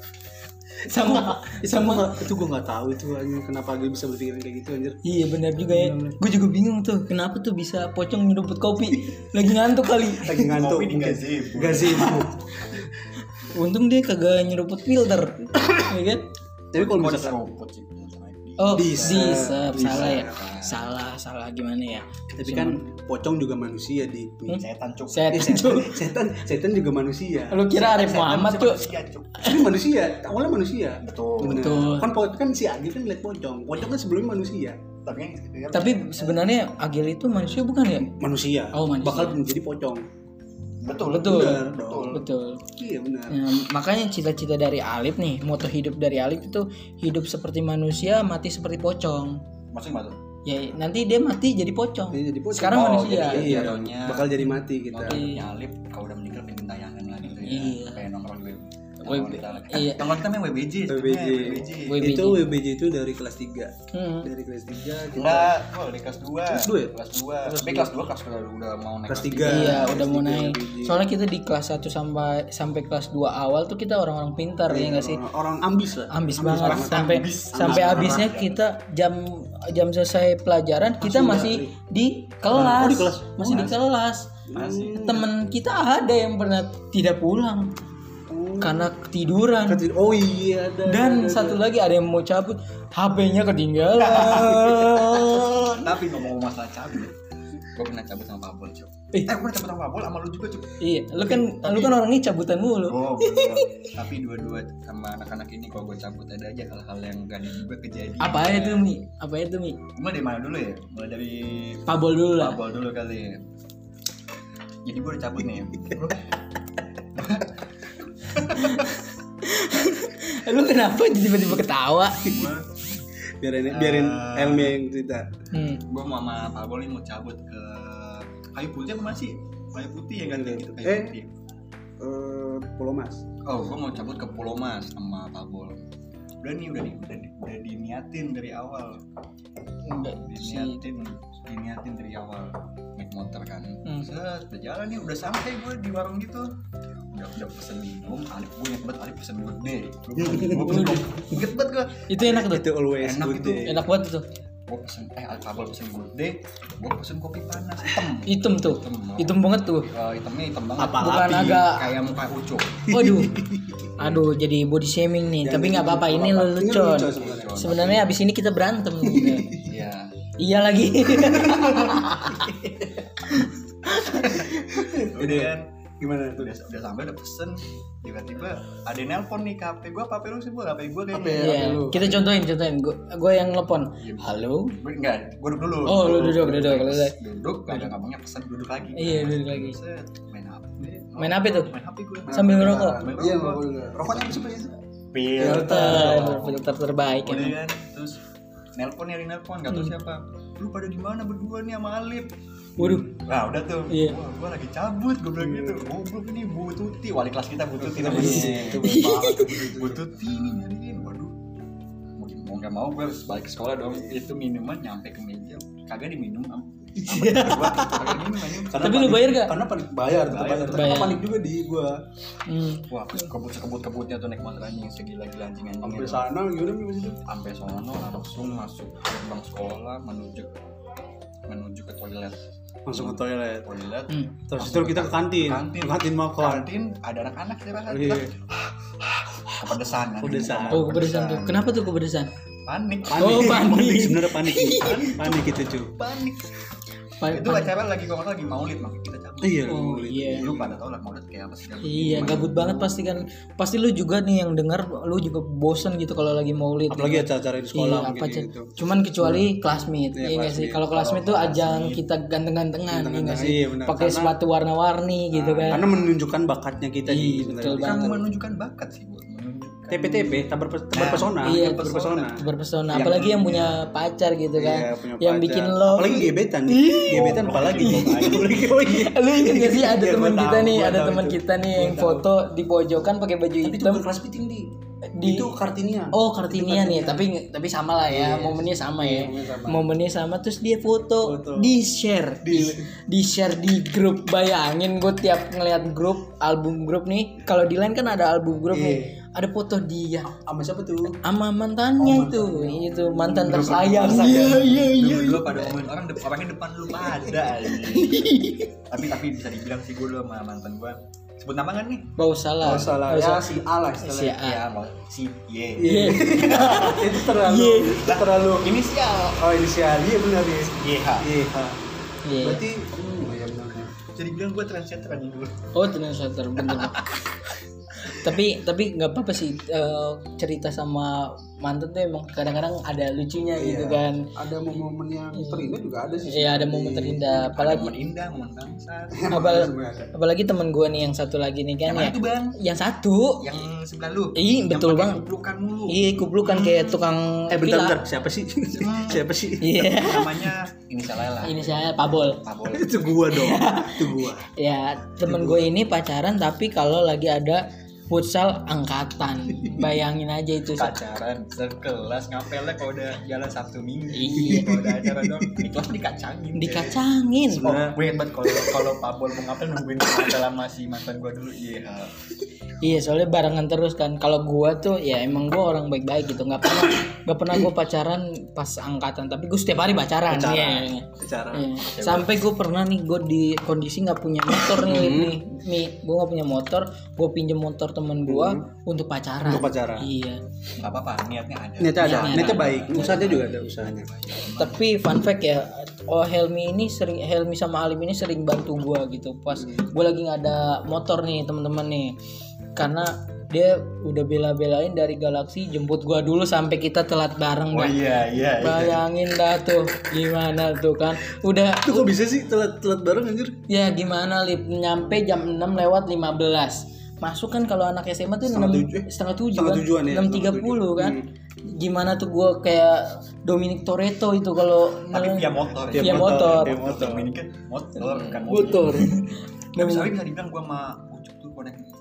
Sama Itu sama gua nggak- itu gue nggak tahu itu anjir, kenapa dia bisa berpikiran kayak gitu anjir. iya benar juga ya. Gue juga bingung tuh, kenapa tuh bisa pocong nyeruput kopi lagi ngantuk kali. Lagi ngantuk Ngopi di mungkin. gazebo. Gazebo. Untung dia kagak nyeruput filter, ya kan? Tapi kalau Kok misalkan diseruput sih? Oh, Bisa, bisa, bisa. salah ya, salah, salah gimana ya? tapi kan pocong juga manusia di Setan cuk. Setan, Eh, setan, Cuk. setan, setan juga manusia. Lu kira Arif Setan Muhammad bisa tuh? manusia, Cuk. Tapi manusia, awalnya manusia. Betul. Bener. Betul. Kan po- kan si Agi kan ngeliat pocong. Pocong kan sebelumnya manusia. Tapi yang Tapi sebenarnya Agil itu manusia bukan ya? Manusia. Oh, manusia. Bakal menjadi pocong. betul Betul, Benar dong. betul. betul. Iya benar. Nah, makanya cita-cita dari Alif nih, moto hidup dari Alif itu hidup seperti manusia, mati seperti pocong. Maksudnya apa tuh? Ya nanti dia mati jadi pocong. Dia jadi pocong. Sekarang Oh, manusia. jadi Iya. Jadinya- Bakal jadi mati kita. Motor hidupnya Alif kalau udah meninggal bikin tayangan lah gitu ya. Iya. Kayak nongkrong di Web- nongkrong di tanah. iya. Nongkrong kita main W B J. W B J. W B J. W B J. Itu W B J itu dari kelas tiga. Hmm. Dari kelas tiga kita Enggak, oh di kelas dua. Kelas dua ya? Kelas dua. Kelas Tapi dua. kelas dua kelas udah udah mau naik Kelas tiga. Iya, kelas udah mau tiga naik. W B J. Soalnya kita di kelas satu sampai sampai kelas dua awal tuh kita orang-orang pintar ya enggak sih? Orang, orang ambis lah. Ambis banget banget. sampai Ambis. sampai Ambis habisnya parah. kita jam jam selesai pelajaran kita Langsung masih balik. di kelas. Oh, di kelas. Masih di kelas. Masih. Temen kita ada yang pernah tidak pulang karena ketiduran. Kecil- Oh iya ada. Dan ada, satu ada. lagi ada yang mau cabut, H P-nya ketinggalan. Tapi ngomong masalah cabut, gue pernah cabut sama Pabol, Cuk. Eh. Eh, gue pernah cabut sama Pabol, sama lu juga, Cuk. Iya, lu kan lu kan orangnya cabutan mulu. Oh, bener. Tapi dua-dua sama anak-anak ini kalau gue cabut ada aja hal-hal yang gak juga kejadian. Apa itu Mi? Apa itu Mi? Mulai dari mana dulu ya? Mulai dari Pabol dulu lah. Pabol dulu kali ya. Jadi gue udah cabut nih. Lu kenapa tiba-tiba ketawa? Gue biarin biarin Eh. Elmi yang cerita. Hmm. gue mau sama Pabol nih mau cabut ke Kayu Putih apa masih? Kayu Putih ya kan gitu Kayu Eh. Putih. Eh, Pulau Mas. Oh, gue mau cabut ke Pulau Mas sama Pabol. udah nih udah di, udah, di, udah diniatin dari awal. Enggak sih. Diniatin diniatin dari awal naik motor kan. Hmm. Set, udah jalan nih, udah sampai gue di warung gitu. Udah udah pesen minum, Alif gue inget banget Alif pesen gede. Gue pesen kopi, inget banget gue. Itu enak tuh. Itu always Enak good itu. day. Enak banget tuh. Gue pesen eh Alif Abel pesen gede, gue pesen kopi panas hitam. Hitam tuh. Hitam, Hitam banget tuh. Uh, hitamnya hitam banget. Apa Bukan api? agak Kayak muka ucuk. waduh. Aduh, jadi body shaming nih. Jangan Tapi nggak gitu, apa-apa, nggak ini apa-apa. lelucon. Ini lelucon sebenarnya. Sebenarnya abis ini kita berantem gitu. Iya. Iya lagi. Udah kan. Gimana tuh? Udah udah sampai udah pesen. Tiba-tiba ada yang nelpon nih ke H P gue, apa H P lu sih? Gue H P gue Apa ya? kayaknya. Iya, lu. kita contohin, contohin. Gue yang nelpon. Halo. Gue enggak, gue duduk dulu. Oh, lu duduk, duduk, duduk. Duduk, gak ada ngomongnya pesen duduk lagi. Iya, duduk lagi. Set, main H P. Main H P tuh? Main H P gue. Sambil ngerokok. Main Iya, rokok. nggak boleh. Rokoknya apa sih Pak, itu? Filter, filter terbaik Udah emang. kan, terus nelpon nyari nelpon, gak tau Hmm. siapa. Lu pada di mana berdua nih sama Alif? Waduh. Nah udah tuh, Iya. wah gue lagi cabut, gue bilang gitu. Goblok ini Bu Tuti, wali kelas kita Bu Tuti namanya. Itu bener banget tuh, begitu. Bu Tuti ini nyariin, waduh. Mau mau nggak mau gue harus balik ke sekolah dong. Itu minuman nyampe ke meja, kagak diminum. am- sama temen gua. Kagak diminum anjing. Karena Tapi lu panik- bayar gak? Karena panik bayar, tetap Bayar, bayar. Tapi bayar. panik juga di gua. Hmm. Wah, kebut sekebut kebutnya tuh naik motor anjing, segila-gila anjing anjing. Sampai itu. sana gimana nih maksudnya? Sampai sono langsung masuk gerbang sekolah menuju menuju ke toilet. Langsung ke toilet. Toilet. Hmm. Terus itu kita ke kantin. Kantin. Ke kantin makan. Kantin ada anak-anak kita kan. Iya. Kepedesan. anjing. Kepedesan. Oh, kepedesan tuh. Kenapa tuh kepedesan? Panik. Oh, panik. Sebenarnya panik. Panik itu cuy. Panik. Pa- Itu pa- acara lagi kalau lagi maulid makanya kita cabut. Iya. Oh, iya. Lu pada tau lah maulid kayak apa sih? Iya, gabut banget pasti kan. Pasti lu juga nih yang dengar, lu juga bosen gitu kalau lagi maulid. Apalagi acara-acara di sekolah Iya, mungkin apa aja. gitu. Cuman kecuali classmate, Iya, iya nggak sih. classmate. Kalau classmate tuh Kalau ajang classmate. kita ganteng-gantengan, iya nggak sih. Iya, benar. Pakai Karena- sepatu warna-warni gitu kan. Karena menunjukkan bakatnya kita Iya, di betul sebenarnya. Kan banget. menunjukkan bakat sih, Bu. Menunjukkan. T P T P, tabar pes- tabar Nah, pesona. iya, tabar pesona. Berpesona, Yang- apalagi yang punya pacar gitu kan. Iya, punya yang pacar. bikin lo. Apalagi gebetan. Gebetan apalagi. Apalagi oh iya. Lu inget gak sih ada Iya, teman gua kita tahu, nih, gua ada tahu teman itu. kita nih Gua yang tahu. foto di pojokan pakai baju Tapi itu hitam. bukan kelas meeting di. Di- Itu Kartinian. Oh, Kartinian Itu ya, tapi tapi sama lah ya, Iya. momennya sama ya. Momennya sama. Momennya sama terus dia foto, Foto. di share, di, di share di grup. Bayangin gue tiap ngeliat grup, album grup nih, kalau di line kan ada album grup Iya. nih. Ada foto dia Sama siapa tuh? sama mantannya Oh, itu, itu mantan Grup tersayang. tersayang. Iya, iya, iya. Dulu dulu pada ngomongin orang de- orangnya depan lu ada anjing. tapi tapi bisa dibilang sih gue dulu sama mantan gue sebut nama kan nih. Gak usah lah. Oh salah Gak ya usah. si A lah Si istilahnya. A. Ya mau si Y. Iya. Itu terlalu Iya. itu terlalu Inisial oh inisial iya benar ya. Y H. Iya. Iya. Berarti hmm, iya benar. Jadi bilang gue translator anjing dulu. Oh, translator bener. tapi tapi nggak apa-apa sih, eh, cerita sama mantan tuh emang kadang-kadang ada lucunya gitu Iya. kan. Ada momen-momen yang terindah juga ada sih. Iya, ada momen terindah. Apalagi Apalagi indah, momen bangsat. apal- Sebenarnya ada. apalagi temen gue nih yang satu lagi nih kan Yang mana ya. tuh bang? Yang satu, Yang sebelah lu. Ih, Yang betul pakai bang. Kuplukan mulu. iya kublukan kayak tukang Eh bentar pila. bentar siapa sih? Siapa sih? Iya. Namanya inisialnya lah. Ini saya Pabol. Pak Boleh. Itu gua dong. Itu gua. Ya temen gue ini pacaran tapi kalau lagi ada futsal angkatan, bayangin aja itu. Pacaran sekelas ngapelnya kalau udah jalan Sabtu Minggu. Iya. Kalau udah acara dong di kelas dikacangin. Dikacangin. Oh, gue inget banget kalau kalau Pak Bol mau ngapel nungguin acara masih mantan gue dulu. Iya. Iya, soalnya barengan terus kan. Kalau gua tuh ya emang gua orang baik-baik gitu. Nggak pernah nggak pernah gua pacaran pas angkatan. Tapi gua setiap hari pacaran. Pacaran. Iya. Bicara. Iya. Sampai gua pernah nih gua di kondisi nggak punya motor nih, Lip, nih. Nih, gua nggak punya motor. Gua pinjem motor temen gua untuk pacaran. Untuk pacaran. Iya. Nggak apa-apa, niatnya ada. Niatnya ada, Niatnya niatnya ada. baik. Usahanya juga ada usahanya. Tapi fun fact ya, oh Helmi ini sering Helmi sama Alim ini sering bantu gua gitu. Pas gua lagi nggak ada motor nih teman-teman nih. Karena dia udah bela-belain dari Galaxy jemput gua dulu sampai kita telat bareng Oh dah. iya iya. iya. Bayangin dah tuh gimana tuh kan. Udah Itu kok bisa sih telat telat bareng anjir? ya gimana Lip, nyampe jam enam lewat lima belas. Masuk kan kalau anak S M A tuh Setengah enam tujuh, eh, setengah tujuh setengah kan. tujuan ya, enam tiga puluh kan. Hmm. Gimana tuh gua kayak Dominic Toretto itu kalau Tapi via motor. Via motor. Via motor. Dominiknya motor bukan motor. Tapi tapi bisa dibilang gue sama Ucup tuh konek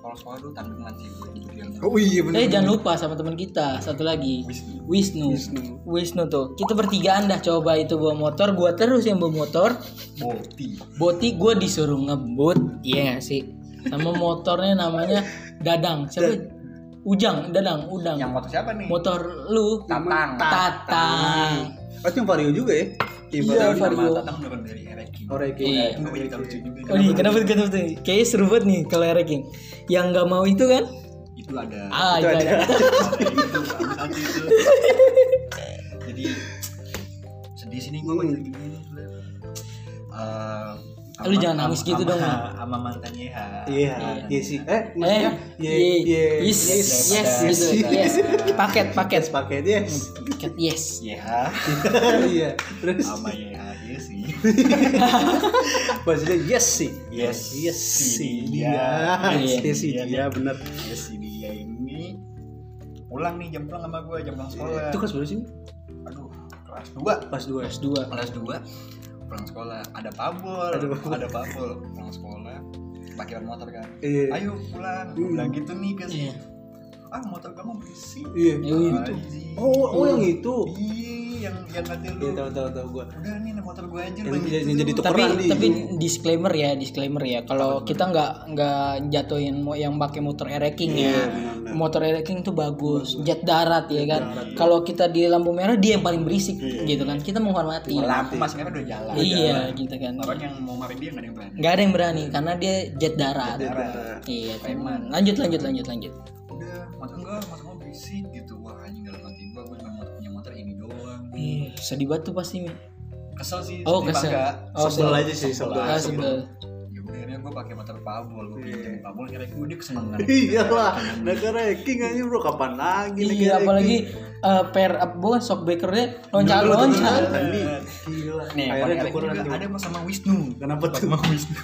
kalau sekolah dulu tandingan sih gue di bagian. Oh iya benar. Eh jangan lupa sama teman kita satu lagi Wisnu. Wisnu. Wisnu. Wisnu tuh. Kita bertigaan dah coba itu bawa motor. Gua terus yang bawa motor. Boti. Boti gua disuruh ngebut. Iya gak sih. Sama motornya namanya Dadang. Siapa? Ujang, Dadang, Udang. Yang motor siapa nih? Motor lu. Tatang. Tatang. Oh itu yang Vario juga ya? Yang Iya, Vario. Vario. Sama Tatang udah dari Ereki. Oh Reki. Iya. Enggak jadi lucu juga. Oh iya, kenapa kenapa tuh? Kayaknya seru banget nih kalau ranking. Yang nggak mau itu kan? Itu ada. Ah, Itu itu ada. ada. itu satu itu. Jadi sedih sini gue baca gini. Eh Lu jangan nangis gitu dong. Sama mantan Y H. Iya, iya sih. Eh, Eh, maksudnya ye, ye, yes, yes, yes, gitu, yes. Paket, paket, yes, paket yes. paket, yes. Y H Iya. Terus sama Y H iya sih. maksudnya yes sih. Yes. Yes sih Dia. dia. Iya. Yes sih Iya, dia benar. Yes si dia ini pulang nih jam pulang sama gue jam pulang sekolah. Itu kelas berapa sih? Aduh kelas dua. Kelas dua. Kelas dua. Kelas dua pulang sekolah ada pabol Ada pabol. ada pabol pulang sekolah parkiran motor kan Iya. ayo pulang gue Hmm. bilang gitu nih guys Iya. ah motor kamu berisik Iya. Ya, itu. Anjing. Oh, oh yang itu. iya yang yang kata lu Iya, tahu tahu tahu gua. udah nih naik motor gue aja Yang- bilang yang gitu. jadi Tapi tukeran di tapi itu. disclaimer ya, disclaimer ya. Kalau kita nggak nggak jatuhin mo- yang pakai motor ereking Iya, ya. benar-benar. Motor ereking tuh bagus, jet darat ya kan. darat. Kalau kita di lampu merah dia yang paling berisik Iya. gitu kan. Kita menghormati. lampu mas merah udah jalan Iya gitu kan. orang yang mau marahin dia nggak ada yang berani Nggak ada yang berani karena dia jet darat. Jet darat. darat. Iya, Preman. lanjut lanjut lanjut lanjut. udah motor enggak motor kamu berisik gitu wah anjing dalam hati gue gue cuma motor punya motor ini doang Ih, sedih banget tuh pasti. Mi. kesel sih Oh, sedih kesel. bangga. Oh, Sebel sebel. aja sih, sebel. Ah, sebel. Ya udah akhirnya gue pakai motor pabol gue Iya. pinjam pabol kira gue dia kesenangan Iya lah, naga ranking aja bro, kapan lagi naga Iya, ranking? apalagi uh, pair up bukan shockbreakernya loncat-loncat. Tadi gila. nih Akhirnya paling tukeran juga tuh. ada apa sama Wisnu Kenapa tuh? sama Wisnu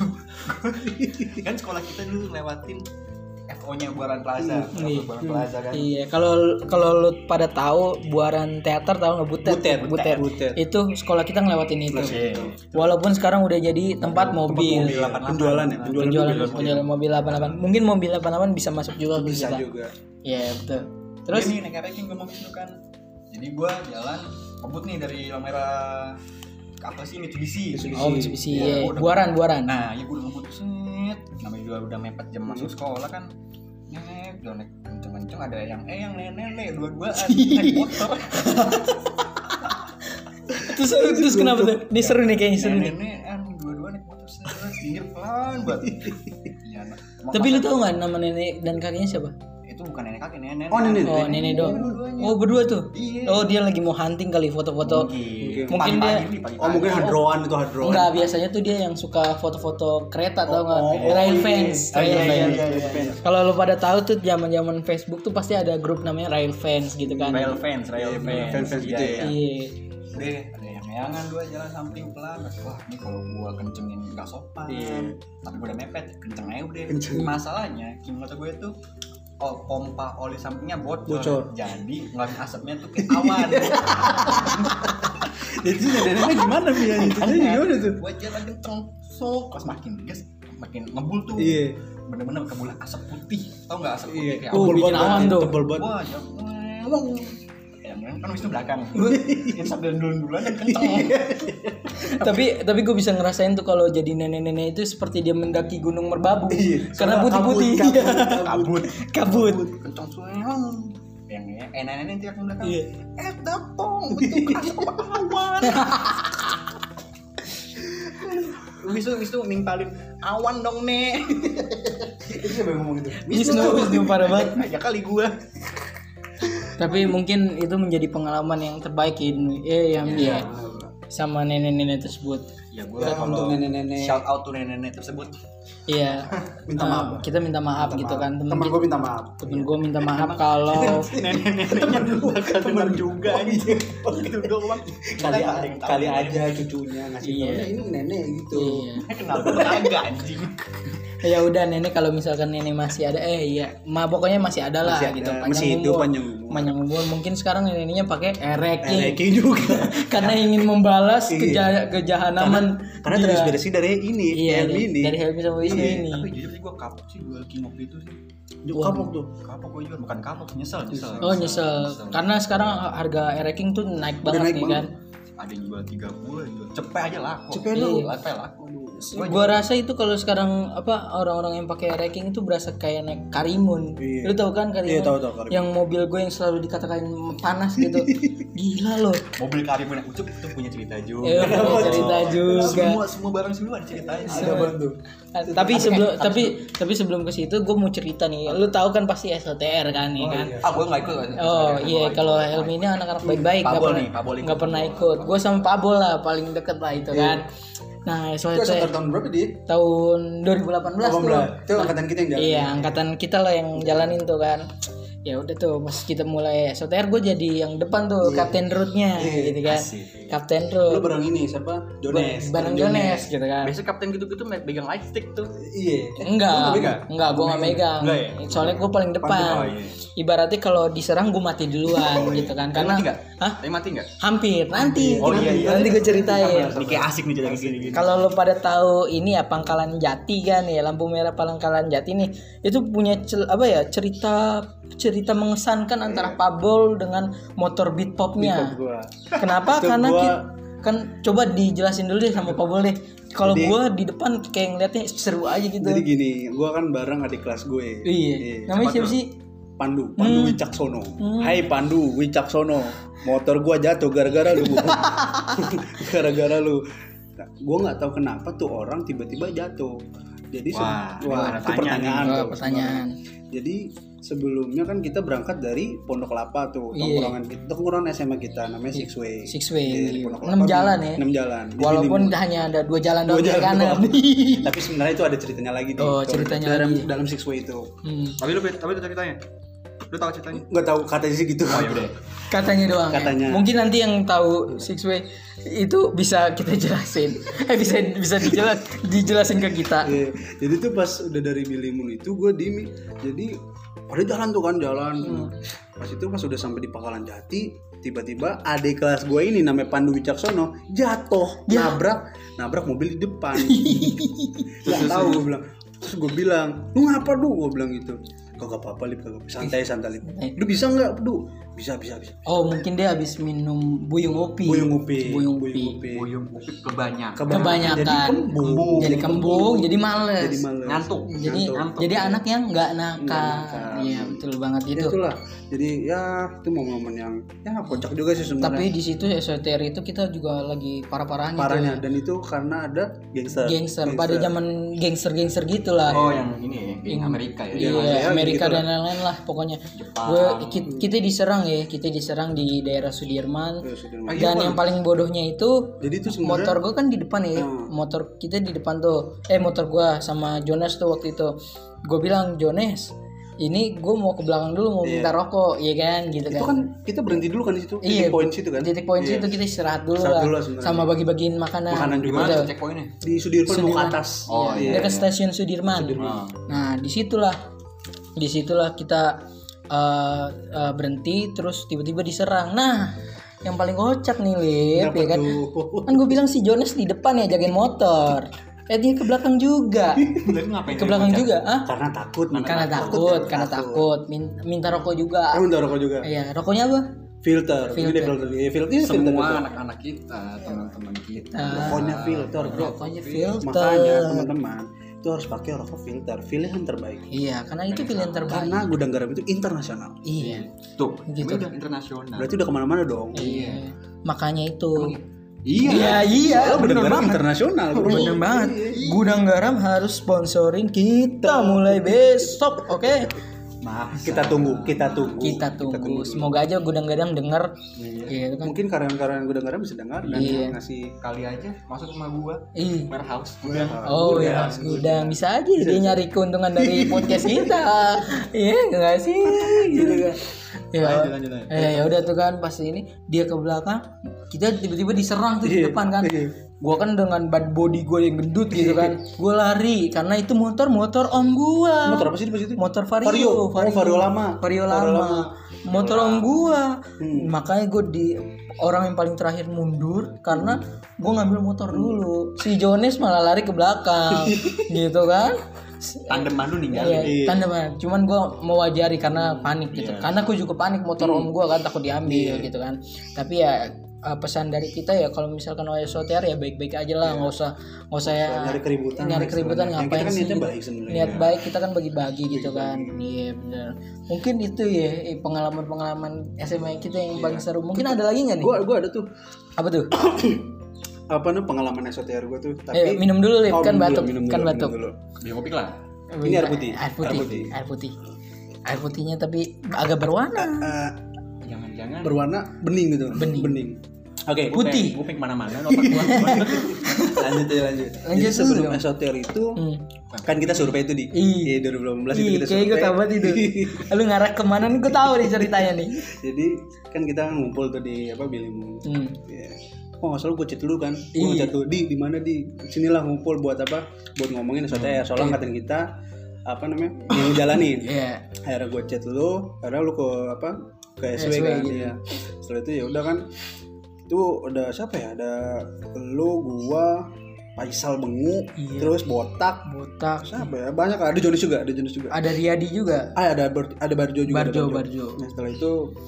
kan sekolah kita dulu lewatin F O-nya Buaran Plaza Iya. Buaran Plaza kan Iya, kalau kalau lu pada tahu Buaran Teater tahu nggak Butet? Butet, Butet. Butet. Itu sekolah kita ngelewatin itu. Oke. Walaupun sekarang udah jadi tempat mobil. mobil delapan puluh delapan. Penjualan ya, penjualan, Penjualan mobil. penjualan mobil delapan puluh delapan. Mungkin mobil delapan puluh delapan bisa masuk juga ke Bisa kita. juga. Iya, betul. Terus Terus ini naik ranking gue mau Wisnu kan jadi gue jalan ngebut nih dari lampu merah ke apa sih Mitsubishi Mitsubishi. oh Mitsubishi, Iya, iya. gua udah- Buaran, Buaran. nah ya gue udah ngebut set namanya juga udah mepet jam masuk sekolah kan nek udah naik kenceng-kenceng ada yang eh yang nenek dua-duaan naik motor Terus terus kenapa tuh? Ini seru nih kayaknya seru nih. nenek kan dua-dua naik motor set pinggir pelan banget iya nah, Tapi lu tahu nggak nama nenek dan kakeknya siapa? itu bukan nenek kakek nenek Oh, nenek. Oh, nenek dong. Dua-duanya. Oh, berdua tuh. Iya. Oh, dia lagi mau hunting kali foto-foto. mungkin Mungkin Pagi-pagi dia- nih, pagi-pagi. Oh mungkin hadroan itu hadroan. Enggak, biasanya tuh dia yang suka foto-foto kereta tau nggak? Oh, oh, Rail iya. fans, Oh, rail iya, iya, fans. iya, iya, iya. Kalau lu pada tahu tuh zaman-zaman Facebook tuh pasti ada grup namanya Rail fans gitu kan. Rail fans, rail Iya, fans, fans-fans gitu ya. Iya. Deh, ada yang neangan gua jalan samping pelan. Wah, ini kalau gua kencengin nggak sopan. Iya. Tapi gua udah mepet, kenceng aja udah. Kenceng. Masalahnya, kim motor gue tuh oh, pompa oli sampingnya bocor. Bocor. Jadi ngeluarin asapnya tuh kayak awan. Itu neneknya gimana Mia? Itu gimana tuh? Gua jalan kenceng, sok pas makin gas, makin ngebul tuh. Iya. Bener-bener kebulan asap putih. Tau nggak asap putih Iya. kayak Oh, awan? bikin awan tuh. Tebal banget. Wah, jangan. Yang kan Wisnu belakang. Yang sambil duluan-duluan dan kenceng. tapi tapi gue bisa ngerasain tuh kalau jadi nenek-nenek itu seperti dia mendaki gunung merbabu. Iya. Karena Soalnya putih-putih. kabut, Iya. Kabut. Kabut. Kenceng sueng. Yang ya, eh nenek-nenek teriak di belakang. Iya. Eh datang, bentuk asap awan. Wisnu Wisnu nimpalin awan dong nek. Itu siapa yang ngomong itu? Wisnu, Wisnu parah banget. Ya kali gua. Tapi mungkin itu menjadi pengalaman yang terbaik ini, eh yang dia sama nenek-nenek tersebut. Ya gua Ya, kalau untuk nenek-nenek. shout out to nenek-nenek tersebut. Iya. Minta Eh, maaf. Kita minta maaf gitu kan. Temen, Temen kita- gue minta maaf. temen gue minta maaf kalau Nenek-neneknya bakal temen juga anjing. Gitu doang. Kali Kita paling tahu kali nenek. aja cucunya ngasih Iya. taunya ini nenek gitu. iya. Kenapa kagak anjing? Ya udah nenek kalau misalkan nenek masih ada eh iya, ma pokoknya masih ada lah Masih ada, gitu. masih hidup, panjang umur. Panjang umur. Mungkin sekarang neneknya pakai ereking. Ranking juga. Karena ingin membalas Iya. keja kejahanaman Karena dia. terinspirasi dari ini, Iya, helm dari, ini. dari Helmi sama sama isu ini. Tapi jujur sih gue kapok sih jual King waktu itu sih. Juga kapok tuh. Kapok gue jual, bukan kapok, nyesel, nyesel. Oh nyesel, karena sekarang harga ranking tuh naik Udah banget naik nih kan. Ada yang jual tiga puluh, jual cepet aja laku. Cepet lu. Cepet laku. Gua rasa itu kalau sekarang apa orang-orang yang pakai ranking itu berasa kayak naik Karimun. Iya. Lu tahu kan Karimun? Iya, tahu, tahu, Karimun. Yang mobil gue yang selalu dikatakan panas gitu. Gila loh. Mobil Karimun yang ucup itu punya cerita juga. Eh, punya cerita juga. Semua semua barang semua ada ceritanya. Ada banget tuh. Tapi sebelum tapi tapi sebelum ke situ gue mau cerita nih. Lu tahu kan pasti S O T R kan ya kan? Ah, gue nggak ikut. Oh iya, kalau Helmi ini anak-anak baik-baik, nggak Pabol pernah nih, Pabol ikut. nggak pernah ikut. Gue sama Pabol lah paling deket lah itu kan. Nah, S O T Itu R sekitar tahun berapa dia? tahun dua ribu delapan belas tuh. Itu angkatan kita yang jalan. Iya, angkatan kita lah yang jalanin tuh kan. Ya udah tuh pas kita mulai S O T R gue jadi yang depan tuh, kapten rootnya gitu kan. Kapten Lu root. bareng ini siapa? Jones. Bareng Jones gitu kan. Biasa kapten gitu-gitu megang light stick tuh. Iya. Enggak, megang? enggak, gue nggak megang. Enggak ya? Soalnya gue paling depan. Oh, iya. Ibaratnya kalau diserang gue mati duluan gitu kan. Tapi Karena mati nggak? Hah? Tapi mati nggak? Hampir nanti. Oh, iya, iya. Nanti gue ceritain. Ini kayak asik nih cerita gini-gini. Kalau lo pada tahu ini ya Pangkalan Jati kan ya, lampu merah Pangkalan Jati nih, itu punya cel, apa ya cerita cerita mengesankan antara Pabol dengan motor beat popnya. Gua. Kenapa? Itu Karena gua- ki- kan coba dijelasin dulu deh sama Pabol deh. Kalau Jadi- gue di depan kayak ngeliatnya seru aja gitu. Jadi gini, gua kan bareng adik kelas gue. Iya. Namanya siapa sih? Pandu, Pandu Wicaksono. Hai Pandu Wicaksono. Motor gua jatuh gara-gara lu. gara-gara lu. Nah, gua nggak tahu kenapa tuh orang tiba-tiba jatuh. Jadi se- Wah, wah, ini itu tanya pertanyaan nih. tuh. Oh, pertanyaan. Jadi sebelumnya kan kita berangkat dari Pondok Kelapa tuh, Iya. tongkrongan kita, tongkrongan S M A kita namanya Six Way. Six Way. Iya, di Pondok Enam Kelapa, jalan ya? enam jalan. Jadi Walaupun lima- hanya ada dua jalan dua doang kiri jalan kanan. doang. Tapi sebenarnya itu ada ceritanya lagi nih. Oh, Kalau ceritanya dalam, lagi. dalam Six Way itu. Hmm. Tapi lu tapi itu ceritanya. Lu tahu ceritanya? Nggak tahu katanya sih gitu. Oh, ya udah. Katanya doang. ya? Katanya. Mungkin nanti yang tahu Six Way itu bisa kita jelasin. Eh bisa bisa dijelas dijelasin ke kita. Iya. Jadi tuh pas udah dari Bilimun itu gue di jadi pada jalan tuh kan jalan. Hmm. Pas itu pas udah sampai di Pangkalan Jati, tiba-tiba adik kelas gue ini namanya Pandu Wicaksono jatuh, Ya. nabrak, nabrak mobil di depan. Gak tahu gue bilang. Terus gue bilang, lu ngapa du? Gue bilang gitu. Kagak apa-apa Lip, kagak santai santai Lip. Lu bisa nggak du? Bisa bisa bisa. Oh mungkin dia habis minum buyung kopi. Buyung upi, Buyung kopi. Buyung kopi kebanyakan. Kebanyakan. Jadi kembung. Jadi kembung, jadi males. Jadi males. Ngantuk. Jadi Ngantuk. jadi anak yang nggak nakal. Nggak nakal. Iya betul banget Ya, itu. itulah. Jadi ya itu momen-momen yang ya kocak juga sih sebenarnya. Tapi di situ S O T R itu kita juga lagi parah-parahnya. Parahnya tuh. dan itu karena ada gangster. Gangster. Pada zaman gangster-gangster gitulah. Oh, yang ini ya, yang Amerika ya. Iya, ya, Amerika gitu dan lain-lain lah pokoknya. Jepang. Gue kita, kita diserang ya, kita diserang di daerah Sudirman. Eh, Sudirman. Dan yang paling bodohnya itu Jadi itu sebenarnya motor gue kan di depan ya, Hmm. motor kita di depan tuh. Eh motor gue sama Jonas tuh waktu itu. Gue bilang Jonas, ini gue mau ke belakang dulu mau minta rokok, iya kan, gitu itu kan. kan kita berhenti dulu kan di situ. Iya, Titik poin situ kan. Titik poin Iya. situ kita istirahat dulu Istirahat lah, dulu lah sebenarnya. sama bagi-bagiin makanan. Makanan juga. Gimana Gitu. tuh checkpointnya? Di Sudirman, mau Sudirman. ke atas. Oh, Iya, dekat stasiun Sudirman. Ah. Nah, disitulah, disitulah kita uh, uh, berhenti, terus tiba-tiba diserang. Nah, yang paling kocak nih, Lip, Kenapa ya kan? tuh? Kan gue bilang si Jonas di depan ya jagain motor. Eh dia ke belakang juga. Lu ngapain? Ke belakang juga, ah? Karena takut. Karena takut, karena takut. Min- Minta rokok juga. Kamu minta rokok juga. Iya, rokoknya apa? Filter. Filter. Ini filter. Iya, filter. Iya, filter. Semua anak-anak kita, teman-teman kita. Rokoknya filter, bro. Rokoknya filter. Makanya teman-teman itu harus pakai rokok filter, pilihan terbaik. Iya, karena itu pilihan terbaik. Karena gudang garam itu internasional. Iya. Tuh, Gitu. udah internasional. Berarti udah kemana-mana dong. Iya. Makanya itu. Iya. Iya, iya, Oh, gudang bener garam banget. internasional, bro. Bener banget. Gudang Garam harus sponsorin kita mulai besok, oke? Maaf. Kita tunggu, kita tunggu. Kita tunggu. Semoga aja Gudang Garam denger. Iya, itu kan. Mungkin karyawan-karyawan gudang garam bisa dengar dan Iya. ngasih Kali aja masuk rumah gua. Ih. Warehouse. Udah. Oh ya, gudang bisa aja dia nyari keuntungan dari podcast kita. Iya, enggak sih? Gitu kan. Ya, Lanjut, lanjut, lanjut. eh ya udah tuh kan pas ini dia ke belakang, kita tiba-tiba diserang tuh di Iya, depan kan. iya. Gua kan dengan bad body gue yang gendut gitu kan, gue lari karena itu motor motor om gua. Motor apa sih di situ? Motor Vario, Vario. Oh, Vario lama. Vario Vario lama. lama. Motor om gua. Hmm. Makanya gue di orang yang paling terakhir mundur karena gue ngambil motor dulu. Si Jones malah lari ke belakang, gitu kan? Tandeman lu ninggal. Iya, Iya. tandeman. Cuman gue mewajari karena panik gitu. Iya. Karena gue juga panik motor om gue kan takut diambil gitu kan. Tapi ya uh, pesan dari kita ya kalau misalkan O S O T R ya baik-baik aja lah, nggak usah nggak usah ya Nyari keributan nyari lah keributan istilahnya. ngapain Kita kan sih? niatnya gitu. baik sebenarnya. Niat baik kita kan bagi-bagi gitu kan. Iya benar. Mungkin itu ya eh, pengalaman-pengalaman S M A kita yang paling seru. Mungkin ada lagi nggak nih? Gua gua ada tuh Apa tuh? apa nih pengalaman S O T R gua tuh. Eh, minum dulu Lip, Oh, kan minum batuk, dulu, minum kan dulu, batuk. minum dulu. Biar kopi lah. Ini air putih. Air putih. Air putih. Air putih. Air putihnya tapi agak berwarna. Eh, Jangan-jangan berwarna bening gitu. Bening. Oke, Putih. Gue pengen kemana-mana otak gua. lanjut ya lanjut. Lanjut Jadi sebelum dulu. S O T R itu Hmm. kan kita survei itu di Iya. iya, dua ribu delapan belas itu Ih, kita kayak gue survei. tahu banget itu. Lu ngarah kemana nih? Gue tahu nih ceritanya nih. Jadi kan kita ngumpul tuh di apa Bilimu. Hmm. Ya. Oh nggak salah gue chat dulu kan, gue Iya. chat dulu di di mana di sinilah ngumpul buat apa? Buat ngomongin S O T R. Soalnya Iya. angkatan kita apa namanya yang jalanin. Iya. Akhirnya gue chat lu, karena lu ke apa ke S W, S W kan gitu. ya. Setelah itu ya udah kan, itu udah siapa ya? Ada lu, gua, Faisal Bengu, Iya. terus Botak, Botak. siapa ya? Banyak ada Jonis juga, ada Jonis juga. Ada Riyadi juga. Ah ada Bar- ada Barjo juga. Barjo, ada Barjo. Nah setelah itu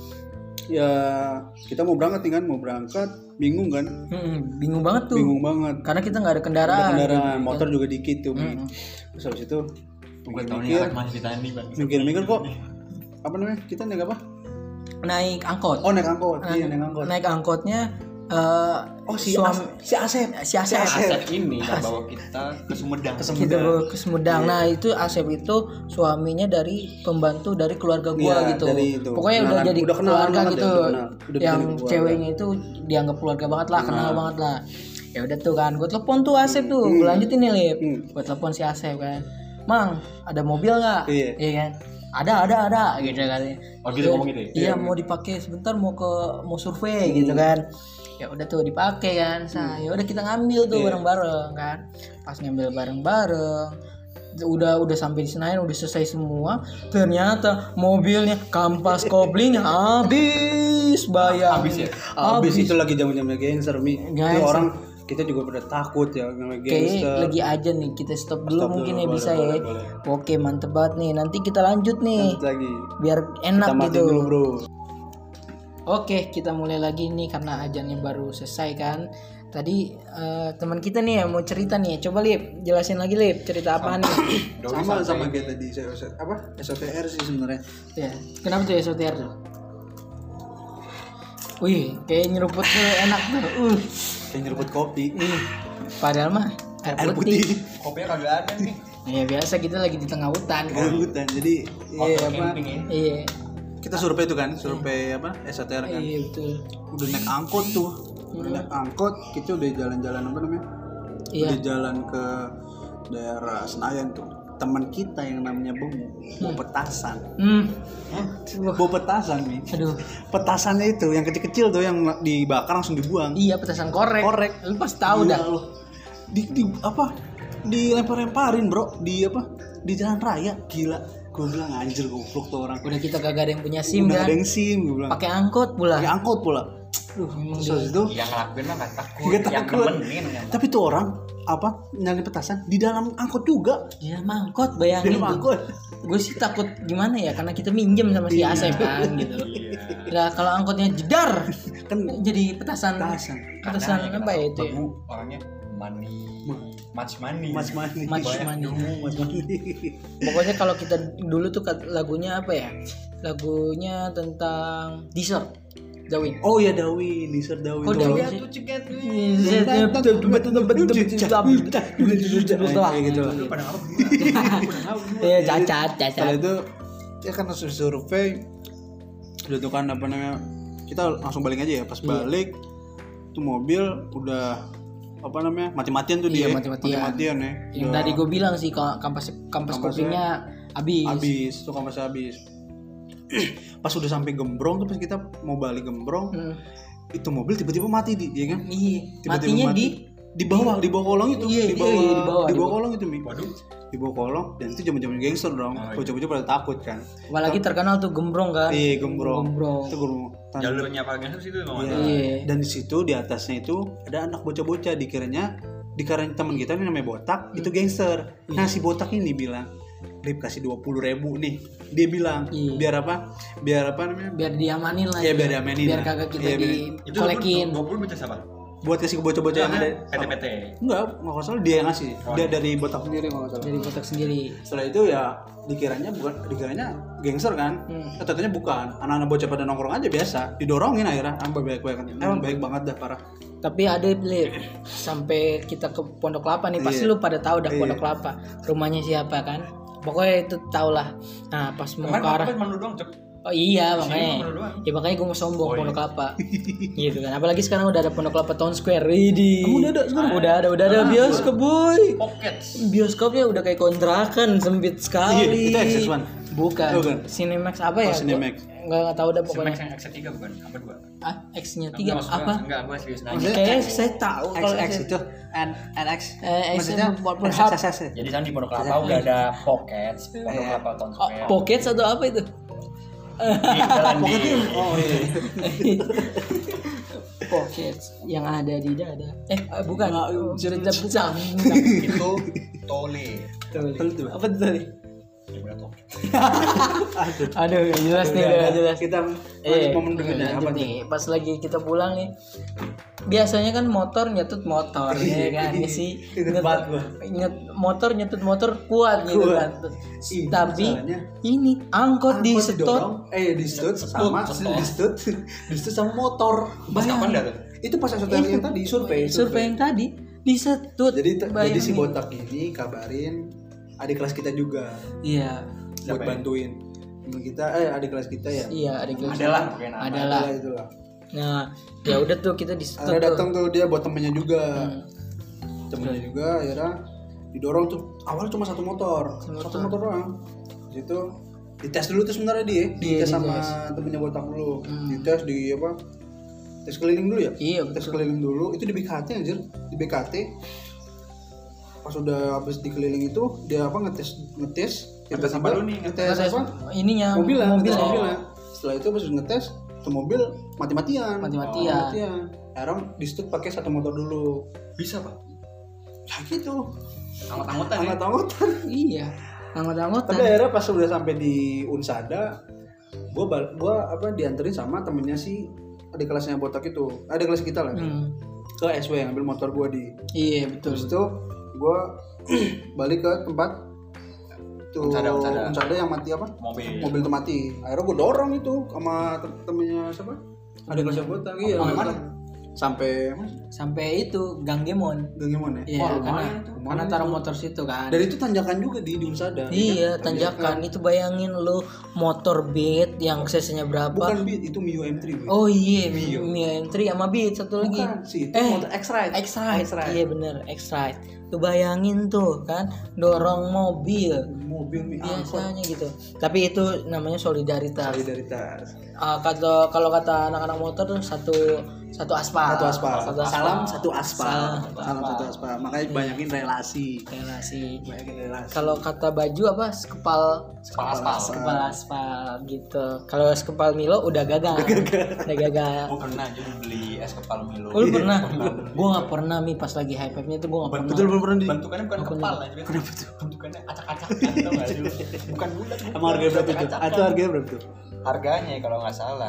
ya kita mau berangkat nih kan, mau berangkat, bingung kan? Mm-mm, bingung banget tuh. Bingung banget. Karena kita nggak ada Ada kendaraan. kendaraan, motor juga dikit tuh. Mi. Mm-mm. Terus habis itu Gue tau nih mikir, anak masih ditanding bang. mikir-mikir kok apa namanya? Kita naik apa? Naik angkot. Oh naik angkot. Iya naik angkot. Naik angkotnya eh Oh si suami As- si Asep. si Asep. Asep ini yang bawa kita ke Sumedang. Ke Kita Sumedang. bawa ke Sumedang. Nah itu Asep itu suaminya dari pembantu dari keluarga gua Iya, gitu. dari itu. Pokoknya udah Kenalan- jadi udah kenalan keluarga banget gitu. ya, udah kenal. Udah Yang jadi keluarga. ceweknya itu dianggap keluarga banget lah, kenal Nah. banget lah. Ya udah tuh kan, gue telepon tuh Asep tuh, Hmm. gue lanjutin nih Lip. Hmm. Gue telepon si Asep kan, Mang, ada mobil nggak? Iya. Iya kan? Ada, ada, ada, gitu kan. Oh gitu ngomong gitu ya? Iya mau dipakai sebentar mau ke mau survei gitu kan. Ya udah tuh dipakai kan. Sa, ya udah kita ngambil tuh Iya. bareng-bareng kan. Pas ngambil bareng-bareng udah udah sampai di Senayan udah selesai semua, ternyata mobilnya kampas koplingnya habis bayar. Habis ya? Habis itu lagi jaman-jamannya gangster Mi. Itu Gangster. orang kita juga pada takut ya namanya Kayaknya gangster. lagi aja nih kita stop dulu Stop mungkin dulu, ya boleh, bisa boleh, ya. boleh. Oke mantep banget nih. Nanti kita lanjut nih Lanjut lagi. biar enak Kita matiin gitu. dulu bro. Oke, kita mulai lagi nih karena ajannya baru selesai kan. Tadi eh, teman kita nih yang mau cerita nih. Coba Lip, jelasin lagi Lip, cerita apaan nih? Doi Sama sampai- sama kayak tadi saya apa S O T R sih sebenarnya. Ya, kenapa tuh S O T R tuh? Wih, kayak nyeruput tuh enak tuh. Uh, Kayak nyeruput kopi. ih. Padahal mah air Air putih. putih. Kopinya kagak ada nih. Ya biasa kita lagi di tengah hutan. Kayak hutan. Jadi iya Outdoor apa? camping ya. Iya, Kita survei itu kan, survei apa? S O T R kan. iya betul. Udah naik angkot tuh. Udah naik angkot, kita udah jalan-jalan apa namanya? Iya. Udah jalan ke daerah Senayan tuh. Teman kita yang namanya Bengu, bawa petasan. Hmm. Bawa petasan nih. Aduh. Petasannya itu yang kecil-kecil tuh yang dibakar langsung dibuang. Iya, petasan korek. Korek. Lu pas tahu Gila dah. lu. Di, di apa? Dilempar-lemparin, Bro. Di apa? Di jalan raya. Gila. Gue bilang anjir goblok tuh orang. Udah kita kagak ada yang punya SIM Udah kan. ada yang SIM, gue bilang. Pakai angkot pula. Pakai angkot pula. Aduh, memang Terus dia. itu Yang ngelakuin mah gak takut. Nggak Yang takut. nemenin yang tapi tuh orang apa nyari petasan di dalam angkot juga. Ya mangkot Di bayangin dalam tuh. angkot. Gue sih takut gimana ya karena kita minjem sama si Iya. Asep kan gitu. Iya. Lah kalau angkotnya jedar Kan jadi petasan. petasan. Petasan Karena apa ya itu? Ya? Begu orangnya money, much money. Mas Mani. Mas Banyak Mani. ilmu. Mas Mani. Pokoknya kalau kita dulu tuh kat- lagunya apa ya? Lagunya tentang dessert. Dawin. Oh ya Dawi, dessert Dawi. Kok Tuh. Dawi sih? Kayak gitu lah. Pada apa? Iya cacat, Setelah cacat. itu ya kan langsung survei udah tuh kan apa namanya kita langsung balik aja ya pas Iya. balik tuh mobil udah apa namanya mati-matian tuh Iya, dia mati-matian. mati-matian ya Yang Udah tadi gue bilang sih kalau kampas kampas Kampasnya kopinya habis. habis tuh kampasnya habis pas udah sampai Gembrong tuh pas kita mau balik Gembrong, Hmm. itu mobil tiba-tiba mati di, ya kan? Iya, Tiba-tiba matinya mati. di di bawah, di bawah kolong itu, Iya, di iya, bawah, iya, di bawah, di di bawah bawah. kolong itu, Mi. Waduh. Di bawah kolong dan itu zaman-zaman gangster dong. Oh, iya. Bocah-bocah pada takut kan. apalagi terkenal tuh Gembrong kan. Iya, Gembrong. Gembrong. Itu Gembrong. Jalurnya apa gangster situ emang Iya. ada. Iya. Dan di situ di atasnya itu ada anak bocah-bocah, dikiranya dikiranya teman kita ini namanya Botak itu gangster. Nah si Botak ini bilang, Rip kasih dua puluh ribu nih. Dia bilang Iya. biar apa? Biar apa namanya? Biar diamanin lah. Iya, ya. biar diamanin Biar lah. kagak kita Iya, biar- Itu dikolekin. dua puluh baca siapa? Buat kasih ke bocah-bocah yang ada. P T P T. Enggak, nggak salah dia yang ngasih. Oh, Dia iya. dari Botak sendiri nggak salah. Dari kotak sendiri. Setelah itu ya dikiranya bukan dikiranya gangster kan. Hmm. Eh, ternyata bukan. Anak-anak bocah pada nongkrong aja biasa. Didorongin akhirnya. Ambil baik-baik. Emang baik banget dah parah. Tapi ada Lip, sampai kita ke Pondok Kelapa nih, pasti Iya. lu pada tahu dah Iya. Pondok Kelapa. Rumahnya siapa kan? Pokoknya itu tau lah. Nah, pas mau Kemarin ke arah cuma lu doang, Cok. Oh iya, Sini makanya. cuma lu doang. Ya makanya gue mau sombong Oh, iya. Pondok Kelapa. Gitu kan. Apalagi sekarang udah ada Pondok Kelapa Town Square. Widih. Kamu udah ada sekarang? Udah ada, udah ada bioskop, boy. Pockets. Bioskopnya udah kayak kontrakan, sempit sekali. Iya, itu X S one. Bukan. Bukan. Cinemax apa ya? Oh, Cinemax. Enggak enggak tahu dah pokoknya. Max yang X tiga bukan? Apa dua? Ah, X-nya tiga Enggak, maksud apa? gua- Enggak, gua serius nanya. Maksudnya Kayaknya saya tahu X kalau X X- itu N NX. Eh, X Maksudnya buat berhap. X S S. Jadi sana di Pondok Kelapa udah ada Pockets, Pondok Kelapa Town Oh, Square. Pockets atau apa itu? Di jalan di Oh iya. Pockets yang ada di dada. Eh, ah, bukan. Sudah bisa. itu Tole. Tentu. Apa itu tadi? Ya udah Pocket. Aduh, nggak jelas nih, udah nggak jelas. Kita Eh, momen berikutnya lanjut apa nih. Pas lagi kita pulang nih, biasanya kan motor nyetut motor ya kan ya sih. Nyet, Debat gua. nyet- motor nyetut motor kuat gitu Kuat. kan. Ih, Tapi masalahnya, ini angkot di Angkot setot. didorong, eh di stut sama di stut di stut sama motor. Pas kapan dah tuh? Itu pas S O T R yang tadi survei. Survei yang tadi disetut. Jadi jadi Bayangin. si Botak ini kabarin adik kelas kita juga Iya. buat Siapa ya? bantuin. Temen kita eh adik kelas kita ya. Iya, ada kelas. Adalah pokoknya nama. Adalah. Adalah itulah. Nah, ya udah tuh kita disetut. Akhirnya tuh. datang tuh dia buat temennya juga. Hmm. Temennya juga akhirnya didorong tuh. Awalnya cuma satu motor, Satu satu motor doang. Di situ dites dulu tuh sebenarnya dia, Iya, dites sama dites. temennya Botak dulu. Hmm. Dites di apa? Tes keliling dulu ya? Iya, Tes betul. keliling dulu itu di B K T anjir, di B K T. Pas udah habis dikeliling itu dia apa ngetes ngetes Ngetes apa dulu nih? Ngetes Ngetes apa? ininya, Mobilnya, mobil ngetes ya. mobilnya. Setelah itu pas ngetes tuh mobil mati-matian. Mati-matian. Mati-matian. Akhirnya di stop pakai satu motor dulu. Bisa, Pak. Ya gitu. Anggot-anggotan ya. Anggot-anggotan. Iya. Anggot-anggotan. Tapi akhirnya pas udah sampai di Unsada, gua bal- gua apa dianterin sama temennya si adik kelasnya Botak itu, adik kelas kita lah, Hmm. ke S W ngambil motor gua di. Iya, betul. Terus itu gua balik ke tempat tuh Unsada, Unsada. Unsada yang mati apa? Mobil. Mobil itu mati. Akhirnya gua dorong itu sama tem- temennya siapa? Adik kelasnya Botak. Iya. Sampai mana? Sampai mana? Sampai itu Gang Gemon. Gang gimana? Iya, Wah, karena lumayan tuh. karena taruh motor situ kan. Dan itu tanjakan juga di, di Unsada. Iya, kan? tanjakan. Itu bayangin lu motor Beat yang cc-nya berapa? Bukan Beat, itu Mio M tiga. Bro. Oh iya, Mio M tiga sama Beat satu lagi. Bukan sih, itu Eh, motor X-Ride. X-Ride. X-Ride. Iya bener, X-Ride. Tuh bayangin tuh kan dorong mobil. Mobil mie angkot. Biasanya gitu. Tapi itu namanya solidaritas. Solidaritas. Ah, kata kalau kata anak-anak motor tuh satu satu aspal. Satu aspal. Satu aspal. Salam satu aspal. Salam satu Salam aspal. satu aspal. Makanya banyakin relasi. Relasi. Banyakin relasi. Kalau kata baju apa? Sekepal Sekepal aspal. sekepal aspal gitu. Kalau sekepal Milo udah gagal. Udah gagal. Gue pernah jadi beli es kepal Milo. Oh, lu pernah? Gue gak pernah Mi pas lagi hype-nya tuh gue gak pernah. Betul belum pernah di. Bentukannya bukan Apa kepal nih? aja. Kenapa tuh? Bentukannya acak-acak tau gak sih lu? Bukan bulat. Emang harga berapa itu? Itu harganya berapa tuh? Harganya kalau nggak salah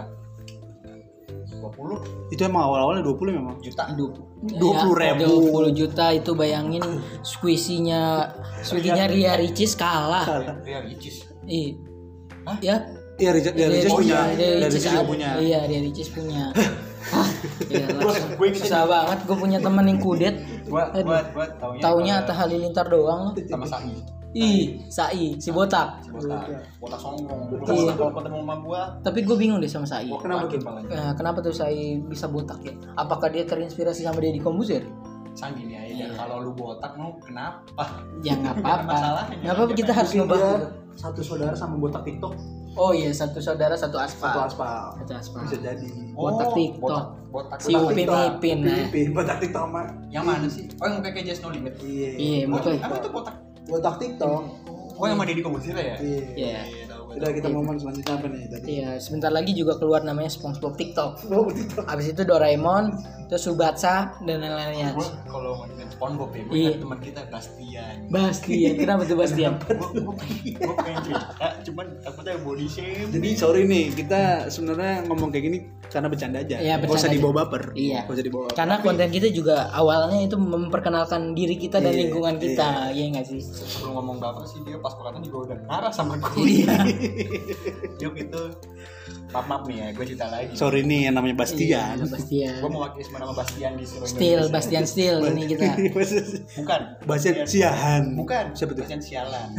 dua puluh Itu emang awal-awalnya dua puluh memang. juta. Aduh, dua puluh ribu. dua puluh juta itu bayangin squishy-nya squishy-nya Ria Ricis kalah. Ria Ricis. Ih. Hah? Ya. Iya, Richard dia Ricis Ria- punya. Ria Dia Ricis Ricis juga ada. punya. Iya, Ria Ricis punya. Ah, iyalah. Gua- gua ingetin. Susah banget gue punya temen yang kudet. Buat Aduh. buat buat taunya. Taunya kalau Atta Halilintar doang. sama Sahi. Ih, Sai, si botak. Botak. Botak sombong. Iya. Kalau ketemu sama gua, Tapi gue bingung deh sama Sai. Oh, kenapa tuh? palanya. Eh, kenapa tuh Sai bisa botak ya? Apakah dia terinspirasi sama Deddy Kombuzer? Sang gini aja. Iya. Kalau lu botak mau kenapa? Ya nggak apa-apa. Masalahnya. Nggak apa-apa, kita harus Mungkin ngebahas dia dulu. satu saudara sama botak TikTok. Oh iya, satu saudara satu aspal. Satu aspal. Satu aspal. Bisa jadi. Botak TikTok. botak, botak Si Upin Ipin, nah. Upin, botak TikTok mah. yang mana sih? Oh yang kayak Just No Limit. Iya. Iya, betul. Apa itu botak? Botak TikTok. Oh yang sama Deddy Corbuzier ya? Iya. Iya. Udah kita ngomong selanjutnya apa nih tadi? Iya, sebentar lagi juga keluar namanya SpongeBob TikTok. Oh, TikTok. Abis itu Doraemon, terus Subatsa dan lain-lainnya. Gue kalau ngomongin SpongeBob ya, gue Iya. kan teman kita Bastian. Bastian, kenapa tuh Bastian? Gue pengen cerita, cuman takutnya body shame. Jadi sorry nih, kita sebenarnya ngomong kayak gini karena bercanda aja. Iya, Gak bercanda usah aja. dibawa baper. Iya. Gak usah dibawa baper. Karena konten kita juga awalnya itu memperkenalkan diri kita dan Iya, lingkungan kita, iya nggak sih? Sebelum ngomong baper sih dia pas perkataan juga udah marah sama gue. Iya. Yuk itu maaf maaf nih ya, gue cerita lagi. Sorry nih yang namanya Bastian. Iya, Bastian. Gue mewakili semua nama Bastian di seluruh Still, Indonesia. Bastian Still ini kita. Bukan. Bastian Siahan. Bukan. Siapa tuh? Bastian sialan.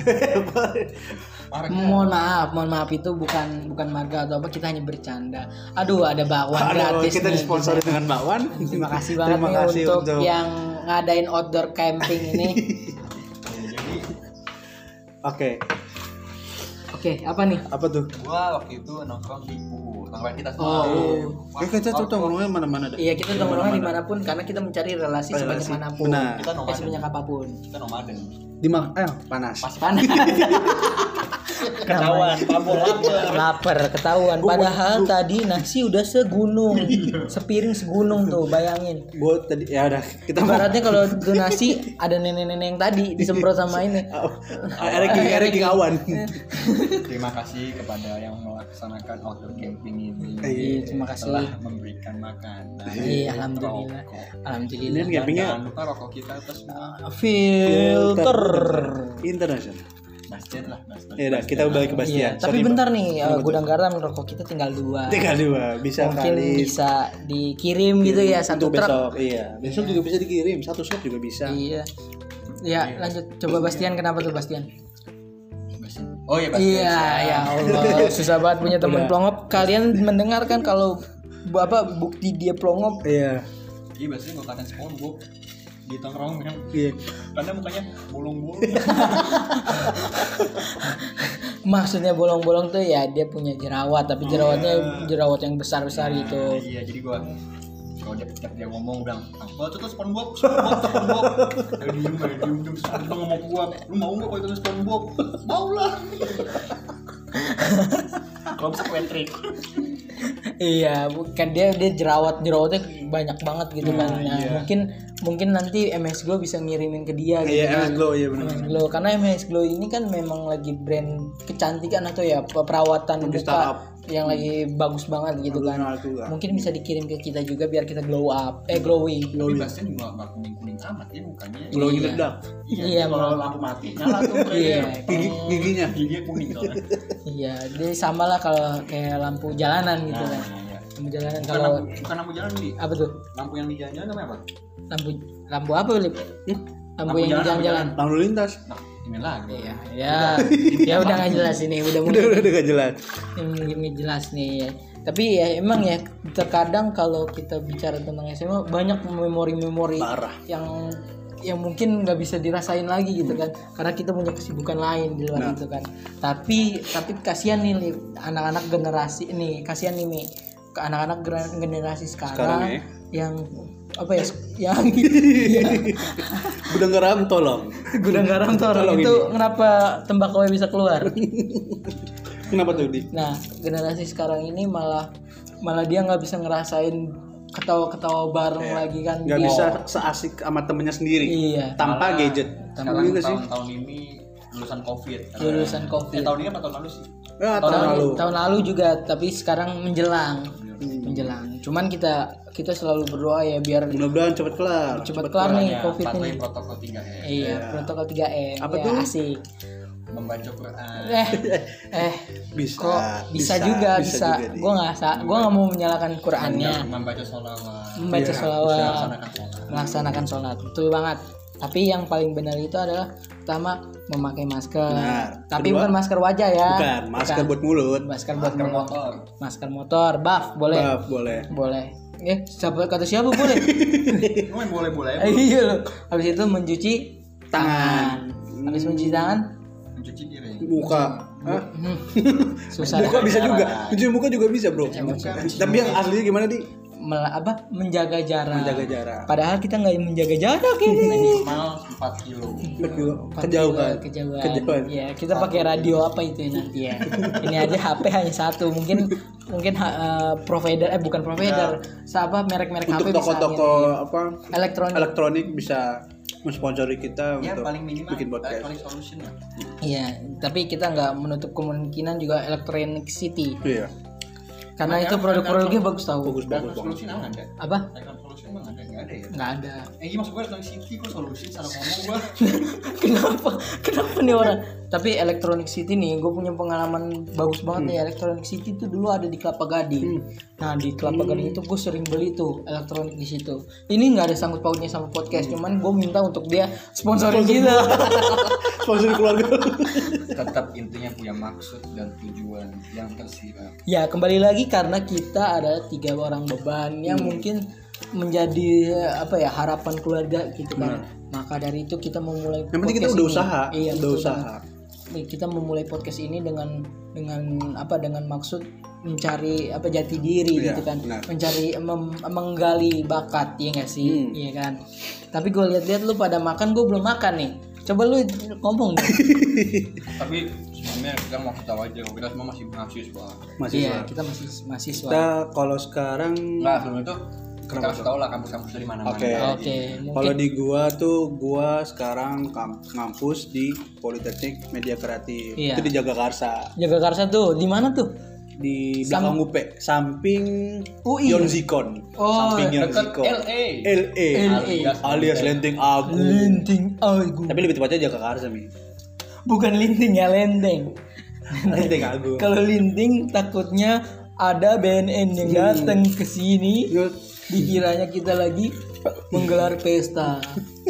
Marah. Mohon maaf, mohon maaf itu bukan bukan marga atau apa, kita hanya bercanda. Aduh, ada bakwan Aduh, gratis kita nih. disponsori dengan bakwan. Terima kasih banget Terima nih kasih untuk, untuk- yang ngadain outdoor camping ini. Ya, jadi Oke, Oke, apa nih? apa tuh? gue waktu itu nongkrong di Puhur. Nongkrong kita semua. Oh. Wah, Eh kita tuh ngomongnya mana-mana dah. Iya, kita nongkrong dimanapun karena kita mencari relasi Relasi. sebagaimanapun. Benar. Kita Eh, nomaden. sebanyak apapun. Kita nomaden. Di mak eh panas. Pas Panas. ketahuan, pabol lapar. Lapar, ketahuan. Padahal tadi nasi udah segunung, sepiring segunung tuh, bayangin. Gue tadi ya udah kita mau. Ibaratnya kalau itu nasi ada nenek-nenek yang tadi disemprot sama ini. Erik Erik kawan. Terima kasih kepada yang melaksanakan outdoor camping ini. Iya, terima kasih. Telah memberikan makan. Iya, alhamdulillah. Ini Alhamdulillah. kan campingnya Jangan lupa rokok kita terus Filter. internasional. Bastian lah, Bastian. Ya udah, kita balik ke Iya, Bastian. tapi Sorry, bentar Bang. nih, uh, gudang garam rokok kita tinggal dua. Tinggal dua, bisa Mungkin kali. bisa dikirim gitu ya satu Untuk truk. besok, iya. Besok juga bisa dikirim, satu slot juga bisa. Iya. Ya, lanjut. Coba Bastian, kenapa tuh Bastian? Bastian. Oh iya Bastian. Iya, ya Allah, susah banget punya teman pelongop. Kalian mendengarkan kalau bu- apa bukti dia pelongop? Iya. Iya Bastian gue katain SpongeBob di tongkrongan. Iya. Karena mukanya bolong-bolong. Maksudnya bolong-bolong tuh ya dia punya jerawat, tapi jerawatnya jerawat yang besar-besar gitu. Iya, jadi gue kalau dia setiap dia ngomong bilang, "Oh, itu tuh SpongeBob, SpongeBob, SpongeBob." Dia diem, dia diem, diem, terus dia ngomong ke gua, "Lu mau nggak kalau itu SpongeBob?" Mau lah. Kalau bisa Patrick. Iya, bukan dia dia jerawat jerawatnya banyak banget gitu kan. Nah, iya. mungkin mungkin nanti M S Glow bisa ngirimin ke dia gitu. Iya, kan. M S Glow, iya M S benar. Glow karena M S Glow ini kan memang lagi brand kecantikan atau ya perawatan Untuk muka startup. yang lagi bagus banget gitu kan. Nah, itu lah. Mungkin bisa dikirim ke kita juga biar kita glow up, eh glowing. Tapi Bastian juga nggak kuning-kuning amat ya mukanya. Glow in the Iya. dark. Iya, kalau memang. lampu mati nyala tuh. Iya. Gigi, giginya. Giginya kuning soalnya. Iya, dia sama lah kalau kayak lampu jalanan gitu Nah, kan. iya. Lampu jalanan Bukan kalau lampu, bukan lampu jalan nih. apa tuh? Lampu yang di jalan-jalan namanya apa? Lampu lampu apa, Lip? Hmm? Lampu, Lampu yang di jalan, jalan-jalan. Lalu lintas. Nah, ini lagi. Iya, ya. Ya udah nggak jelas ini, udah Udah mulai udah udah gak jelas. ini ini jelas nih. Tapi ya emang ya terkadang kalau kita bicara tentang S M A banyak memori-memori Parah. yang yang mungkin nggak bisa dirasain lagi gitu kan, karena kita punya kesibukan lain di luar Nah. itu kan. Tapi tapi kasihan nih Lip, anak-anak generasi ini, kasihan nih Mi, ke anak-anak gener- generasi sekarang, Sekarang ya. yang apa ya yang Gudang garam tolong. gudang garam torong Tolong itu kenapa tembakau bisa keluar. Kenapa tuh di? Nah, generasi sekarang ini malah malah dia nggak bisa ngerasain ketawa-ketawa bareng lagi kan. Gak Dia- bisa seasik sama temennya sendiri. Iya. Tanpa Malah gadget. Sekarang Iya nggak sih? tahun-tahun ini lulusan COVID. Lulusan Eh, COVID. tahun ini apa tahun lalu sih? Ah, tahun, tahun lalu. tahun lalu juga, tapi sekarang menjelang. Menjelang. Cuman kita kita selalu berdoa ya biar Mudah-mudahan cepet kelar. cepat kelar nih Ya, COVID patuhi ini. protokol tiga M. Iya, protokol tiga M. Apa ya, tuh? asik. Membaca Quran. Eh, eh, Bisa. kok bisa, juga bisa. juga, Di. Gue nggak sa, gue nggak mau menyalahkan Qurannya. Membaca sholawat. Membaca Iya, sholawat, Melaksanakan sholat. melaksanakan sholat, betul banget. Tapi yang paling benar itu adalah pertama memakai masker. Benar. Tapi Kedua, bukan masker wajah ya. Bukan, masker buat mulut. Masker buat Masker mulut. motor. Masker motor, buff boleh. Maaf, boleh. Boleh. Eh, siapa kata siapa boleh? Lu main boleh-boleh. Eh, iya loh. Habis itu mencuci Tangan. tangan. Habis mencuci tangan, Mencuci piring. Muka. Hah? Hmm. Susah. Muka bisa juga. Cuci muka juga bisa, Bro. muka. Tapi yang aslinya gimana, Di? Mel- apa menjaga jarak. Menjaga jarak. Padahal kita nggak menjaga jarak ini. Minimal empat kilo. Kejauhan. Kejauhan. Kejauhan. Ya, kita pakai radio apa itu ya nanti ya. Ini aja H P hanya satu. Mungkin mungkin uh, provider eh bukan provider. Apa merek-merek H P Untuk bisa toko-toko ini. apa? Elektronik. Elektronik bisa mensponsori kita Ya untuk paling minimal bikin podcast. paling solution lah. Iya, tapi kita nggak menutup kemungkinan juga Electronic City. Iya. Karena Ada, itu produk-produknya ada. bagus tahu. Bagus Dan banget. solution emang ada. Apa? Icon solution emang ada nggak ada ya? Nggak ada. Eh iya maksud gue Electronic City kok solution salah ngomong gue. Kenapa? Kenapa nih orang? Tapi Electronic City nih, gue punya pengalaman bagus banget nih. Electronic City itu dulu ada di Kelapa Gading. Nah di Kelapa Gading itu gue sering beli tuh elektronik di situ. Ini nggak ada sangkut pautnya sama podcast, cuman gue minta untuk dia sponsorin kita. Sponsori keluarga. Tetap intinya punya maksud dan tujuan yang tersirat. Ya kembali lagi karena kita ada tiga orang beban yang mungkin menjadi apa ya harapan keluarga gitu kan. Maka dari itu kita memulai. Yang penting kita podcast udah ini. usaha. Iya, udah betul usaha. banget. Kita memulai podcast ini dengan dengan apa dengan maksud mencari apa jati diri Iya, gitu kan, benar. mencari mem- menggali bakat ya nggak sih, Hmm. iya kan. Tapi gue lihat-lihat lu pada makan, gue belum makan nih. Coba lu ngomong dong. Tapi sebenarnya kita mau tahu aja kalau kita semua masih mahasiswa. Masih Iya, kita masih mahasiswa. kita kalau sekarang Enggak, sebelum itu kita Kenapa harus tahu lah kampus-kampus dari mana-mana. Oke. Oke, kalau mungkin di gua tuh gua sekarang kam- ngampus di Politeknik Media Kreatif. Iya. Itu di Jagakarsa. Jagakarsa tuh di mana tuh? Di Sam- belakang U P, samping U I. Yonzikon. Oh, samping Dekat Yonzikon. L A. L A. L A. Alias, alias Lenteng Agung. Linting Agung. Tapi lebih tepatnya Jagakarsa, Mi. Bukan linting ya, lenteng. Lenteng Agung. Kalau linting takutnya ada B N N yang datang ke sini, dikiranya kita lagi menggelar pesta.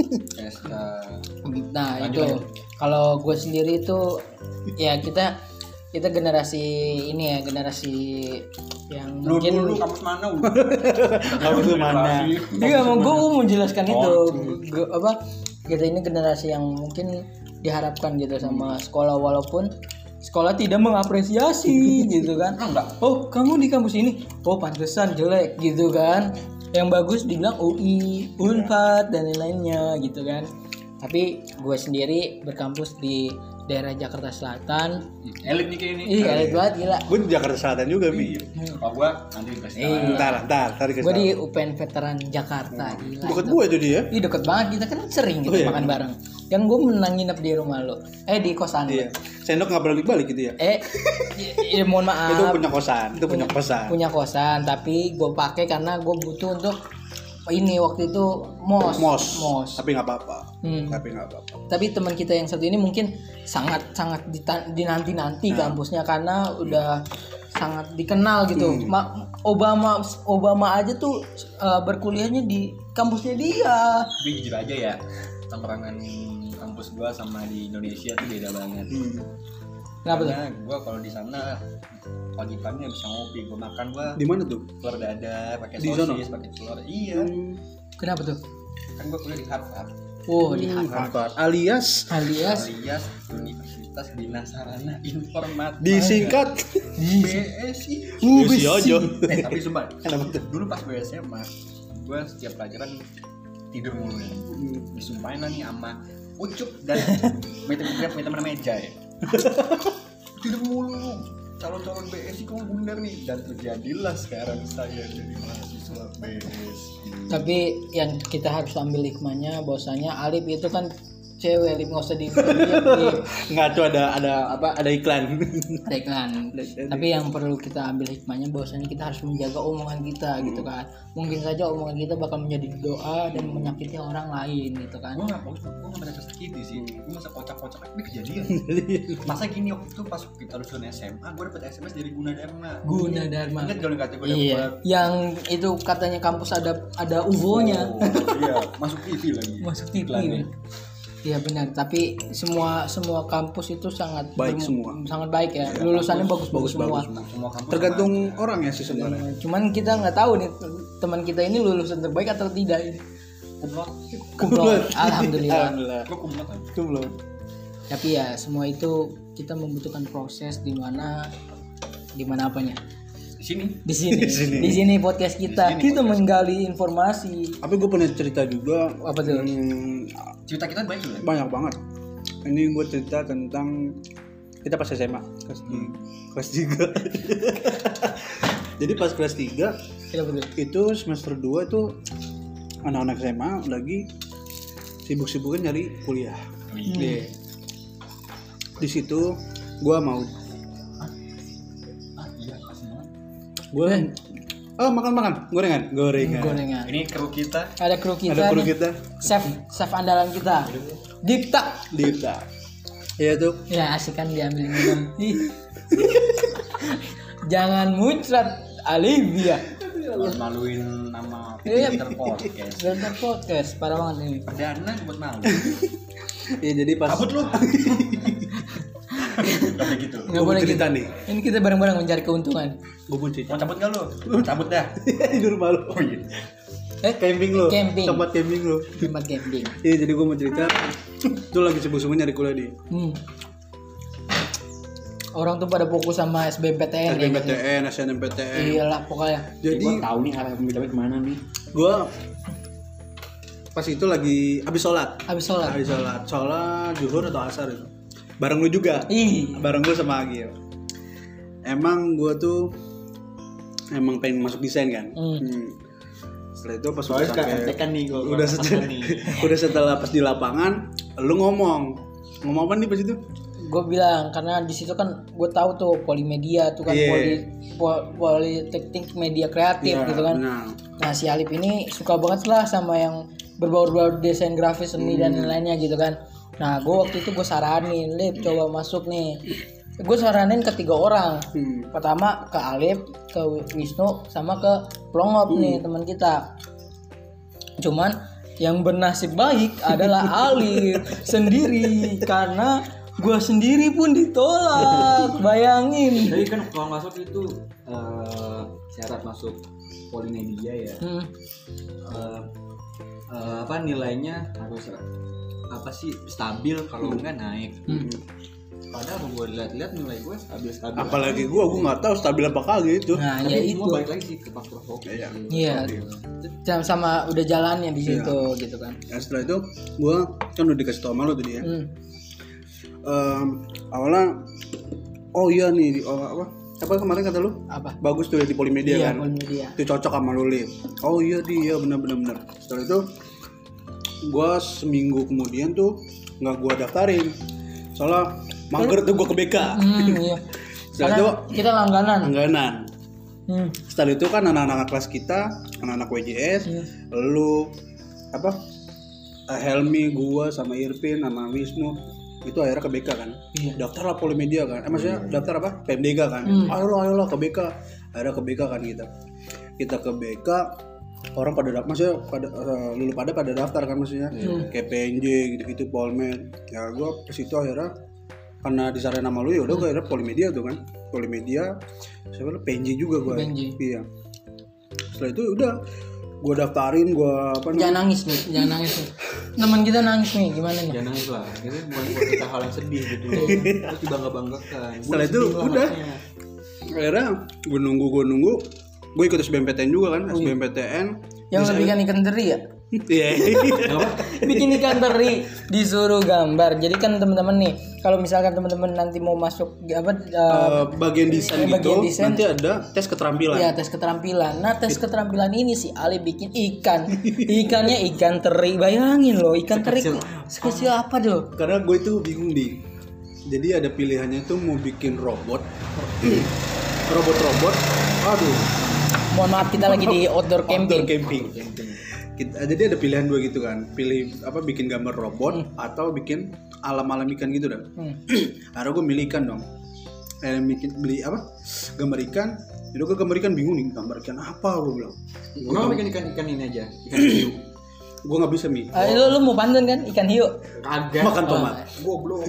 Pesta. Nah Lanjut, itu lanjut. kalau gue sendiri itu ya kita kita generasi ini ya generasi yang Lu mungkin dulu kampus mana lu? Kampus lu mana? Iya, mau gue mau menjelaskan Oh, itu. Gua- apa kita ini generasi yang mungkin diharapkan gitu sama sekolah walaupun sekolah tidak mengapresiasi gitu kan. Enggak. Oh, kamu di kampus ini, oh pantesan jelek gitu kan. Yang bagus dibilang U I, Unpad dan lain-lainnya gitu kan. Tapi gue sendiri berkampus di daerah Jakarta Selatan. Elit nih kayak ini. Ih, elit banget gila. Gue di Jakarta Selatan juga, Mi. Kalau gua nanti dikasih Iya. tahu. Ntar, ntar, ntar dikasih Gue di tahu. U P N Veteran Jakarta gila. Deket itu. gue jadi ya. Ih deket banget, kita kan sering gitu Oh, iya. makan bareng. Yang gue menang nginep di rumah lo, eh di kosan lo. Iya. Sendok nggak balik-balik gitu ya. Eh, ya, ya, mohon maaf. Itu punya kosan, itu punya kosan. Punya kosan, tapi gue pakai karena gue butuh untuk ini waktu itu mos. Mos. Mos. Tapi nggak apa-apa. Hmm. Tapi nggak apa-apa. Tapi teman kita yang satu ini mungkin sangat sangat dita- dinanti-nanti Nah. kampusnya karena udah sangat dikenal gitu. Hmm. Ma- Obama Obama aja tuh uh, berkuliahnya di kampusnya dia. Tapi jujur aja ya, tongkrongan kampus gua sama di Indonesia tuh beda banget. Hmm. Kenapa tuh? Karena gua kalau di sana pagi-pagi nggak bisa ngopi, gua makan gua Di mana tuh? telur dadar, pakai Di sono? sosis, pakai telur. Iya. Kenapa tuh? Kan gua kuliah di Harvard. Oh, di Hmm, Harvard. Harvard. Alias Alias Alias Universitas Bina Sarana Informatika. disingkat B S I. Uh, Besi besi. aja. Eh, tapi sumpah, Kenapa tuh? dulu pas gue S M A, gue setiap pelajaran tidur mulu. Disumpahin lah nih sama Ucup dan teman teman meja ya. Tidur mulu. Calon-calon B S I kok bener nih, dan terjadilah sekarang saya jadi mahasiswa B S I. Tapi yang kita harus ambil hikmahnya bahwasanya Alif itu kan cewek, Alif nggak usah di, di, di Nggak tuh ada ada apa? Ada iklan. ada iklan. Tapi yang perlu kita ambil hikmahnya bahwasanya kita harus menjaga omongan kita gitu kan. Mungkin saja omongan kita bakal menjadi doa dan menyakiti orang lain gitu kan. Gue nggak mau, gue nggak merasa sakiti sih. Gue masa kocak-kocak tapi kejadian. Masa gini waktu itu pas kita lulusan S M A, gue dapet S M S dari Gunadarma. Gunadarma. Ingat gak kata gue Iya, dapet? yang itu katanya kampus ada ada U F O-nya. Oh, iya, masuk T V lagi. Masuk T V. Iklannya. Iya benar, tapi semua semua kampus itu sangat Baik bermu- semua. sangat baik ya. Lulusannya bagus-bagus semua. bagus semua. Semua kampus Tergantung sama aja. orang ya sih sebenarnya. Cuman kita nggak tahu nih teman kita ini lulusan terbaik atau tidak ini. Kumlot. Kumlot. Alhamdulillah. Alhamdulillah. Gue kumlot aja. Itu belum. Tapi ya semua itu kita membutuhkan proses di mana di mana apanya? Di sini. Di sini. Di sini. Di sini podcast kita. Di sini kita podcast. menggali informasi. Tapi gue pernah cerita juga. Apa tuh? Hmm, Cerita kita banyak juga. banyak banget. Ini gue cerita tentang kita pas S M A kelas tiga. Kelas tiga. Jadi pas kelas tiga Iya betul. itu semester dua itu anak-anak S M A lagi sibuk-sibuknya nyari kuliah. Oh, iya. Iya. Di situ gue mau Ah, iya, kasih banget. gue oh makan makan gorengan gorengan. Gorengan. Ini kru kita. Ada kru kita. Ada kru nih. kita Chef, chef andalan kita. Dipta. Dita. Iya tuh. Ya asik kan diambil minum. Ih. Jangan muncrat Alivia. Maluin nama Iya. Peter Podcast. Filter podcast parah banget ini. Perdana buat malu. Iya jadi pas Kabut lu. Kayak gitu. Nggak Gua mau boleh cerita gitu. nih. Ini kita bareng-bareng mencari keuntungan. gue pun cerita. Mau cabut enggak lu? Cabut dah. Di rumah lu. Oh iya. Eh, Camping lu. Camping. Tempat camping lu. tempat camping. Iya jadi gue mau cerita. Itu lagi sibuk-sibuk nyari kuliah di Hmm. Orang tuh pada fokus sama S B M P T N. S B M P T N, S N M P T N. Iyalah pokoknya. Jadi Gua tahu nih arah pembicaraan kemana nih. gue pas itu lagi habis sholat. Habis sholat. Habis sholat, sholat zuhur atau asar itu. Bareng lu juga. Ih. Bareng gue sama Agil. Emang gue tuh emang pengen masuk desain kan. Hmm. Hmm. Setelah itu pas udah Soalnya sampai sekarang kan nih gua udah setelah, udah setelah pas di lapangan lu ngomong ngomong apa nih pas itu? Gue bilang karena di situ kan gue tahu tuh polimedia tuh kan Iya. poli po- politeknik media kreatif Iya, gitu kan. benar. Nah si Alip ini suka banget lah sama yang berbau-bau desain grafis seni dan lainnya gitu kan. Nah gue waktu itu gue saranin Lip coba masuk nih. Gue saranin ke tiga orang. Hmm. Pertama ke Alip, ke Wisnu, sama ke Plongop nih teman kita. Cuman yang bernasib baik adalah Alip sendiri karena gue sendiri pun ditolak. Bayangin. Jadi kan kalau masuk itu eh, syarat masuk polimedia ya. Hmm. Eh, eh, apa nilainya harus apa sih stabil kalau enggak naik. Hmm. Padahal gue lihat-lihat nilai gue stabil-stabil. Apalagi gue gue nggak tahu stabil apa kagak itu. Nah Tapi ya semua itu. balik lagi sih ke faktor hoki. Iya. Iya. Sama, sama udah jalannya di situ gitu kan. Nah, setelah itu gue kan udah dikasih tau sama lu tadi ya. Hmm. Em, awalnya oh iya nih di- oh, apa apa kemarin kata lu Apa? bagus tuh ya di polimedia Iya, kan. polimedia. Itu cocok sama lu Lip. Oh iya di iya benar benar benar. Setelah itu gue seminggu kemudian tuh nggak gue daftarin soalnya mager tuh gue ke B K. Hmm, iya. Setelah Karena itu kita langganan. langganan. Hmm. Setelah itu kan anak-anak kelas kita, anak-anak W J S, Iya. lu apa? eh, Helmi, gua sama Irvin sama Wisnu itu akhirnya ke B K kan. Iya. Daftar lah polimedia kan. Eh maksudnya daftar apa? P M D G kan. Hmm. Ayo lah, ayo lah ke B K. Akhirnya ke B K kan kita. Kita ke B K orang pada daftar, maksudnya pada uh, lulu pada pada daftar kan maksudnya. Hmm. Kayak P N J gitu-gitu Polmed. Ya gua ke situ akhirnya karena disaranin sama lu ya udah gue akhirnya polimedia tuh kan. Polimedia siapa lu P N J juga gua. P N J. Iya. Setelah itu udah gue daftarin gue apa namanya? Jangan nangis nih, jangan nangis nih. Teman kita nangis nih, gimana nih? Jangan nangis lah. Ini bukan buat kita hal yang sedih gitu. Harus dibangga-banggakan. Setelah itu udah akhirnya gue nunggu gue nunggu gue ikut S B M P T N juga kan. S B M P T N Yang lebih kan ikan teri ya? iya. Bikin ikan teri disuruh gambar. Jadi kan teman-teman nih, kalau misalkan teman-teman nanti mau masuk apa uh, Eh, bagian desain Eh, bagian gitu desain. nanti ada tes keterampilan. ya tes keterampilan. Nah, tes keterampilan ini si Ali bikin ikan. Ikannya ikan teri. Bayangin loh, ikan teri sekecil apa loh? Karena gue itu bingung di. Jadi ada pilihannya tuh mau bikin robot. Robot-robot. Aduh. Mohon maaf kita lagi di outdoor Outdoor camping. camping. Kita, jadi ada pilihan dua gitu kan. Pilih apa bikin gambar robot atau bikin alam-alam ikan gitu dah. Hmm. Akhirnya gue milih ikan dong. Eh, bikin beli apa? Gambar ikan. Jadi gue gambar ikan bingung nih gambar ikan apa gue bilang. Gue bikin ikan-ikan ini aja. Ikan hiu. Gue nggak bisa mi. Ah, lu, lu mau pantun kan ikan hiu? Kagak. Makan tomat. Goblok.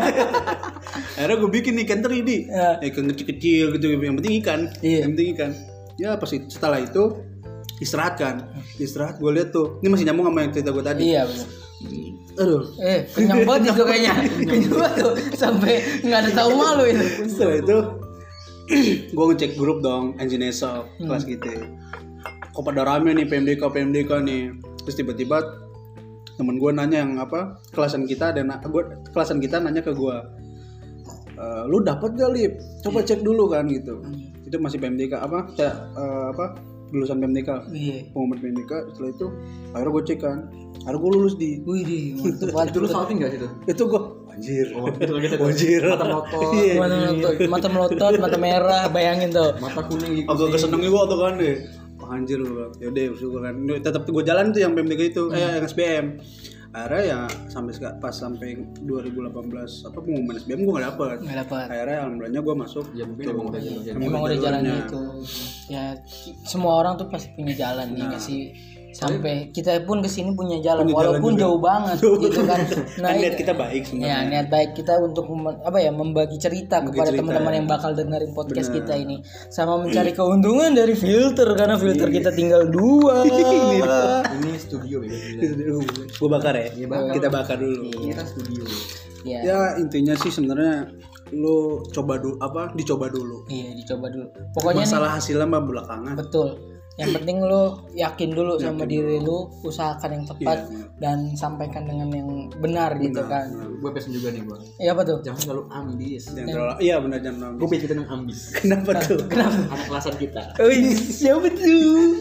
Akhirnya gue bikin ikan teri di. Ya. Ikan kecil-kecil gitu. Yang penting ikan. Iya. Yang penting ikan. Ya pas itu, setelah itu istirahat kan. Istirahat gue lihat tuh. Ini masih nyambung sama yang cerita gue tadi. Iya benar. Aduh. Eh, kenyang banget itu kayaknya. Kenyang banget tuh sampai nggak ada tahu malu itu. Setelah itu gue ngecek grup dong Engineer kelas kita. Kok pada rame nih P M D K P M D K nih. Terus tiba-tiba temen gue nanya yang apa kelasan kita dan gue kelasan kita nanya ke gue, e, lu dapat gak Lip? Coba cek dulu kan gitu. Itu masih P M D K apa? Cek, uh, apa? Lulusan P M D K. Iya. Pengumuman P M D K. Setelah itu akhirnya gue cek kan. Akhirnya gue lulus di. Wih di, mantep banget. Itu lu salting enggak situ? Itu gue anjir. Oh, itu gitu. Anjir. Mata melotot. Iya. Mata melotot, mata melotot, mata merah, bayangin tuh. Mata kuning gitu. Agak keseneng gue tuh kan deh. Anjir gue. Yaudah bersyukur kan. Tetap gue jalan tuh yang P M D K itu, eh yang S B M. Akhirnya ya sampai pas sampai dua ribu delapan belas apa pengumuman S B M gue nggak dapet. Nggak dapat. Akhirnya alhamdulillahnya gue masuk. Ya mungkin emang udah jalan. Emang udah jalan jalurnya. gitu. Ya semua orang tuh pasti punya jalan ya nggak sih. Sampai kita pun kesini punya jalan Punya jalan walaupun juga. jauh banget Jauh gitu kan. Kan niat kita baik sebenarnya. Ya niat baik kita untuk mem- apa ya membagi cerita Membagi kepada cerita, teman-teman ya. yang bakal dengerin podcast Benar. kita ini sama mencari keuntungan dari filter karena filter kita tinggal dua. Ini studio ya. Gue bakar ya. Iya, bakar. Kita bakar dulu. Ini kan studio. Ya. Ya intinya sih sebenarnya lu coba dulu apa dicoba dulu. Iya dicoba dulu. Pokoknya nih, Masalah hasilnya mah belakangan. betul. Yang penting lo yakin dulu sama diri lo, usahakan yang tepat Iya. dan sampaikan dengan yang benar, gitu kan. Gue pesen juga nih gue. Iya apa tuh? Jangan terlalu ambis. Jangan terlalu, iya benar jangan terlalu. Gue pengen cerita tentang ambis. Kenapa tuh? Kenapa? Anak kelasan kita. Wih, siapa tuh?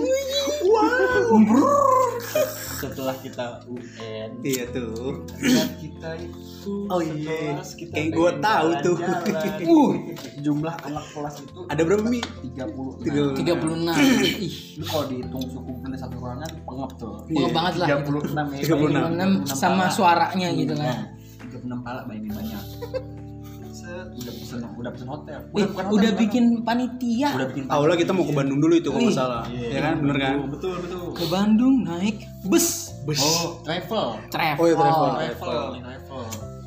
Setelah kita U N, Iya tuh. dan kita itu Oh iya. sekelas kita Kayak pengen gua tahu tuh. jalan-jalan. Uh. Jumlah anak kelas itu Ada berapa Mi? tiga puluh. tiga puluh enam. Ih, Lu kalau dihitung suku benda satu ruangan pengep tuh. pengep banget lah. tiga puluh enam ya. tiga puluh enam. tiga puluh enam sama suaranya gitu kan. Nah, tiga puluh enam pala bayangin banyak. Set, udah pesen udah pesen hotel. Wih, bukan hotel, udah bukan bikin panitia. hotel. Udah bikin Awalnya kita mau ke Bandung dulu itu kalau nggak salah. Iya, Ya kan, bener kan? Betul, betul. Ke Bandung naik bus. Bus. Oh, travel. Travel. Oh, iya, travel. Travel, travel.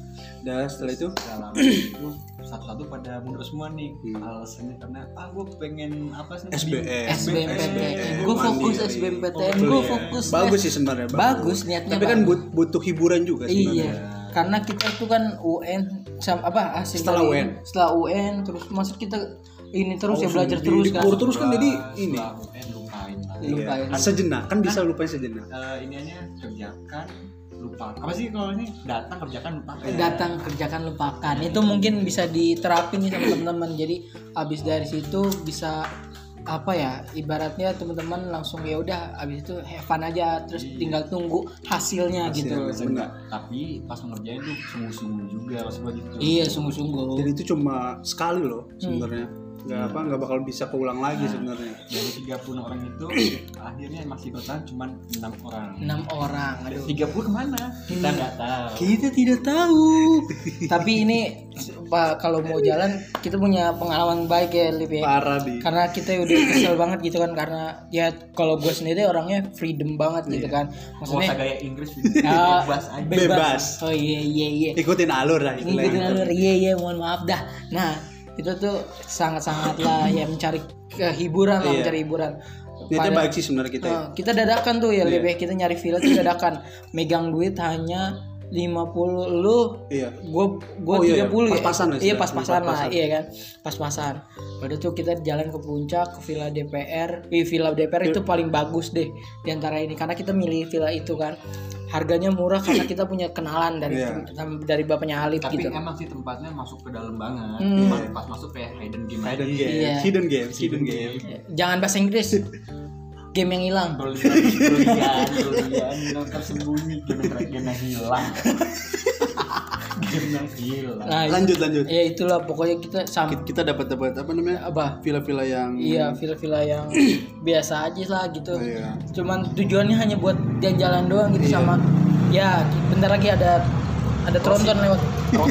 Dan setelah itu Dalam itu satu-satu pada mundur semua nih. Hmm. Alasannya karena ah gue pengen apa sih? S B M. S B M P T N. Gue fokus S B M P T N. Betul Gue ya. fokus. Bagus sih sebenarnya. Bagus, niatnya Tapi kan bagus. but- butuh hiburan juga sebenarnya. Iya, karena kita itu kan U N sama apa hasil Setelah dari- U N. setelah U N terus masuk kita ini terus Oh, ya belajar di- terus di- kan. kur- terus kan jadi ini. Setelah U N lupain lah. Iya. Lupain. Sejenak kan bisa lupain sejenak. Eh, ini aja kerjakan lupa. Apa sih kalau ini datang kerjakan lupa. Datang kerjakan lupakan itu mungkin bisa diterapin nih sama teman-teman. Jadi abis dari situ bisa apa ya ibaratnya teman-teman langsung ya udah abis itu have fun aja terus tinggal tunggu hasilnya gitu. Benar. Tapi pas ngerjain tuh sungguh-sungguh juga maksudnya gitu. Iya sungguh-sungguh. Dan itu cuma sekali loh sebenarnya. Nggak apa nggak bakal bisa keulang lagi sebenarnya. Dari tiga puluh orang itu akhirnya masih bertahan cuma enam orang. enam orang. Aduh. tiga puluh kemana? Kita nggak tahu. Kita tidak tahu. Tapi ini Pak kalau mau jalan kita punya pengalaman baik ya Lip ya. Parah di. Karena kita udah kesel banget gitu kan karena ya kalau gue sendiri orangnya freedom banget gitu kan. Nggak Maksudnya usah gaya Inggris, ya, bebas aja. Bebas. Oh iya iya iya. Ikutin alur lah istilahnya. Ngikutin alur iya iya mohon maaf dah. Nah itu tuh sangat-sangat lah ya mencari kehiburan lah Iya. mencari hiburan. Niatnya Pada- baik sih sebenarnya kita. ya. Nah, kita dadakan tuh ya Iya. Lip ya. Kita nyari villa tuh dadakan. Megang duit hanya lima puluh lu Iya. gue gue Oh, iya, tiga puluh iya. ya. Pas-pasan lah Iya istilahnya. pas-pasan lah Pas-pasan. iya kan pas-pasan. Pada tuh kita jalan ke puncak ke villa D P R. Ih, villa D P R itu paling bagus deh di antara ini karena kita milih villa itu kan harganya murah karena kita punya kenalan dari Iya. dari bapaknya Alif Tapi gitu. emang sih tempatnya masuk ke dalam banget. Hmm. Cuma pas masuk kayak hidden game. Hidden aja. game. Iya. Hidden game. Hidden game. Jangan bahasa Inggris. Game yang hilang. Berlian, berlian, berlian, yang tersembunyi, game yang game yang hilang. Game yang hilang. Nah, Lanjut lanjut. ya itulah pokoknya kita sam Kita dapat dapat apa namanya? apa? Villa-villa yang Iya, villa-villa yang biasa aja lah gitu. Oh, iya. Cuman tujuannya hanya buat jalan-jalan doang gitu sama ya bentar lagi ada ada tronton lewat.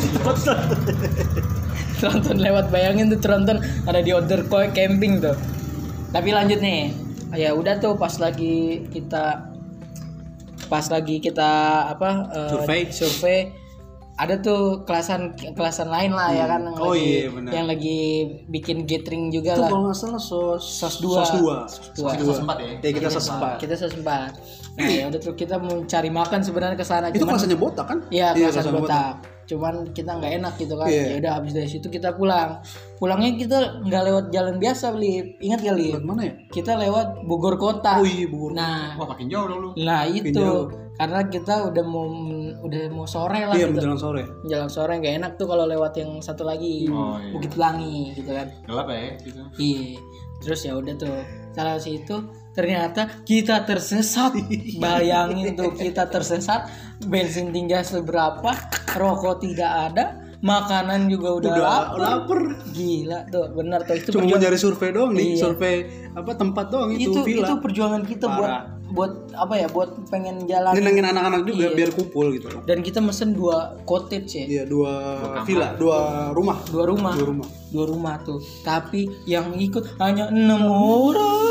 Tronton lewat bayangin tuh tronton ada di Outdoor Camping tuh. Tapi lanjut nih. Ya udah tuh pas lagi kita pas lagi kita apa eh, Survei. survei ada tuh kelasan kelasan lain lah ya kan yang Oh lagi, iya, benar. yang lagi bikin gathering juga Itu lah. kalau nggak salah sos Sos dua. Sos dua. Sos dua. Kita sempat ya. Ya kita sos empat. Kita sesempat. Nah, ya udah tuh kita mau cari makan sebenarnya ke sana. Itu Cuman- kelasannya botak kan? Iya, kelasan kelasan botak. Cuman kita nggak enak gitu kan. Iya. Ya udah habis dari situ kita pulang. Pulangnya kita nggak lewat jalan biasa, Lip. Ingat gak, Lip? Lewat mana ya? Kita lewat Bogor Kota. Oh iya, Bogor. Nah, Wah, makin jauh dong lu. nah itu jauh. karena kita udah mau udah mau sore lah Iya, gitu. menjelang sore. Jalan sore nggak enak tuh kalau lewat yang satu lagi, Oh, iya. Bukit Pelangi gitu kan. Gelap ya gitu. Iya. Terus ya udah tuh salah situ ternyata kita tersesat. Bayangin tuh kita tersesat, bensin tinggal seberapa, rokok tidak ada, makanan juga udah, Udah lapar. lapar. Gila tuh, benar tuh itu Cuma mau perjuangan- nyari survei doang nih, Iya. survei apa tempat doang itu, itu villa. itu perjuangan kita buat Parah. buat apa ya, buat pengen jalan. Nyenengin anak-anak juga Iya. biar kumpul gitu. Dan kita mesen dua cottage ya. Iya, dua villa, dua rumah. Dua rumah. Dua rumah. Dua rumah tuh. Tapi yang ikut hanya enam orang.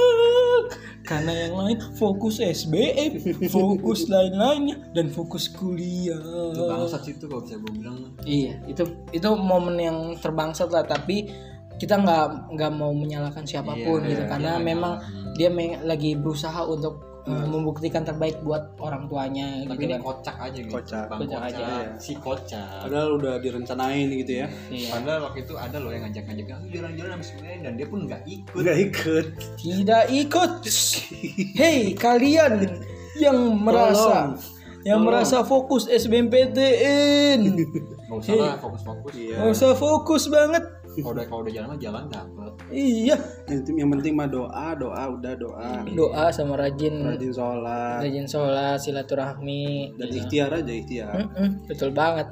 Karena yang lain fokus S B M, fokus lain-lainnya, dan fokus kuliah. Itu bangsat sih itu kalau bisa gue bilang. Iya, itu itu momen yang terbangsat lah. Tapi kita nggak nggak mau menyalahkan siapapun Iya, gitu, karena iya, memang dia me- lagi berusaha untuk uh, membuktikan terbaik buat orang tuanya Tapi gitu ini kan. kocak aja gitu. Kocak. Bang Kocak kocak, aja. Si kocak. Padahal udah direncanain gitu ya. Iya. Padahal waktu itu ada loh yang ngajak-ngajak aku jalan-jalan habis main dan dia pun nggak ikut. Enggak ikut. Tidak ikut. Hei kalian yang merasa yang Tolong. merasa fokus S B M P T N. Nggak usah lah fokus-fokus. Iya. Nggak usah fokus banget. Kalau udah kalau udah jalan mah jalan dapet. Iya. Yang, yang penting mah doa, doa udah doa. Doa sama rajin Rajin sholat rajin sholat, silaturahmi. dan ikhtiar aja ikhtiar. Mm-mm, betul banget.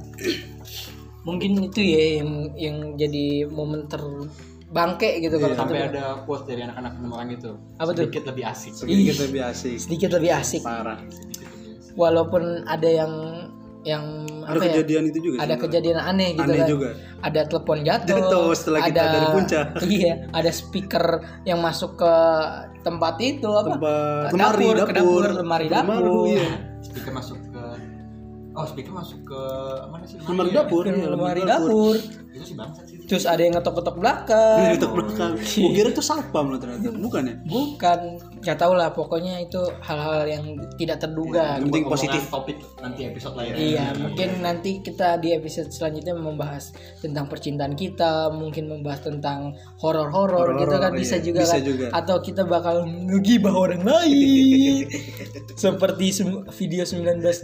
Mungkin itu ya yang yang jadi momen terbangke gitu kalau Sampai kata- ada quote dari anak-anak orang itu. Apa tuh? Sedikit lebih asik. Sedikit lebih asik. sedikit lebih asik. Parah. Walaupun ada yang yang Ada apa ya? kejadian itu juga. Ada sih, kejadian aneh gitu Aneh kan. juga. Ada telepon jatuh. Jatuh setelah kita ada, dari puncak. Iya, ada speaker yang masuk ke tempat itu apa? Tempat Ke lemari dapur, dapur, ke dapur, lemari dapur. iya. Speaker masuk ke Oh, speaker masuk ke mana sih? Lemari ya? dapur, Ke iya, lemari dapur. Itu sih bangsat sih. Terus ada yang ngetok-ngetok belakang. Ini untuk belakang. Gua kira itu satpam loh ternyata. Bukan ya? Bukan, nggak tahu lah. Pokoknya itu hal-hal yang tidak terduga. Yang penting Omongan positif. Topik nanti episode lain. Iya, mungkin nanti kita di episode selanjutnya membahas tentang percintaan kita, mungkin membahas tentang horor-horor gitu kan, Horor, bisa iya. juga Bisa kan. juga. Atau kita bakal ngegibah orang lain. Seperti sem- video sembilan belas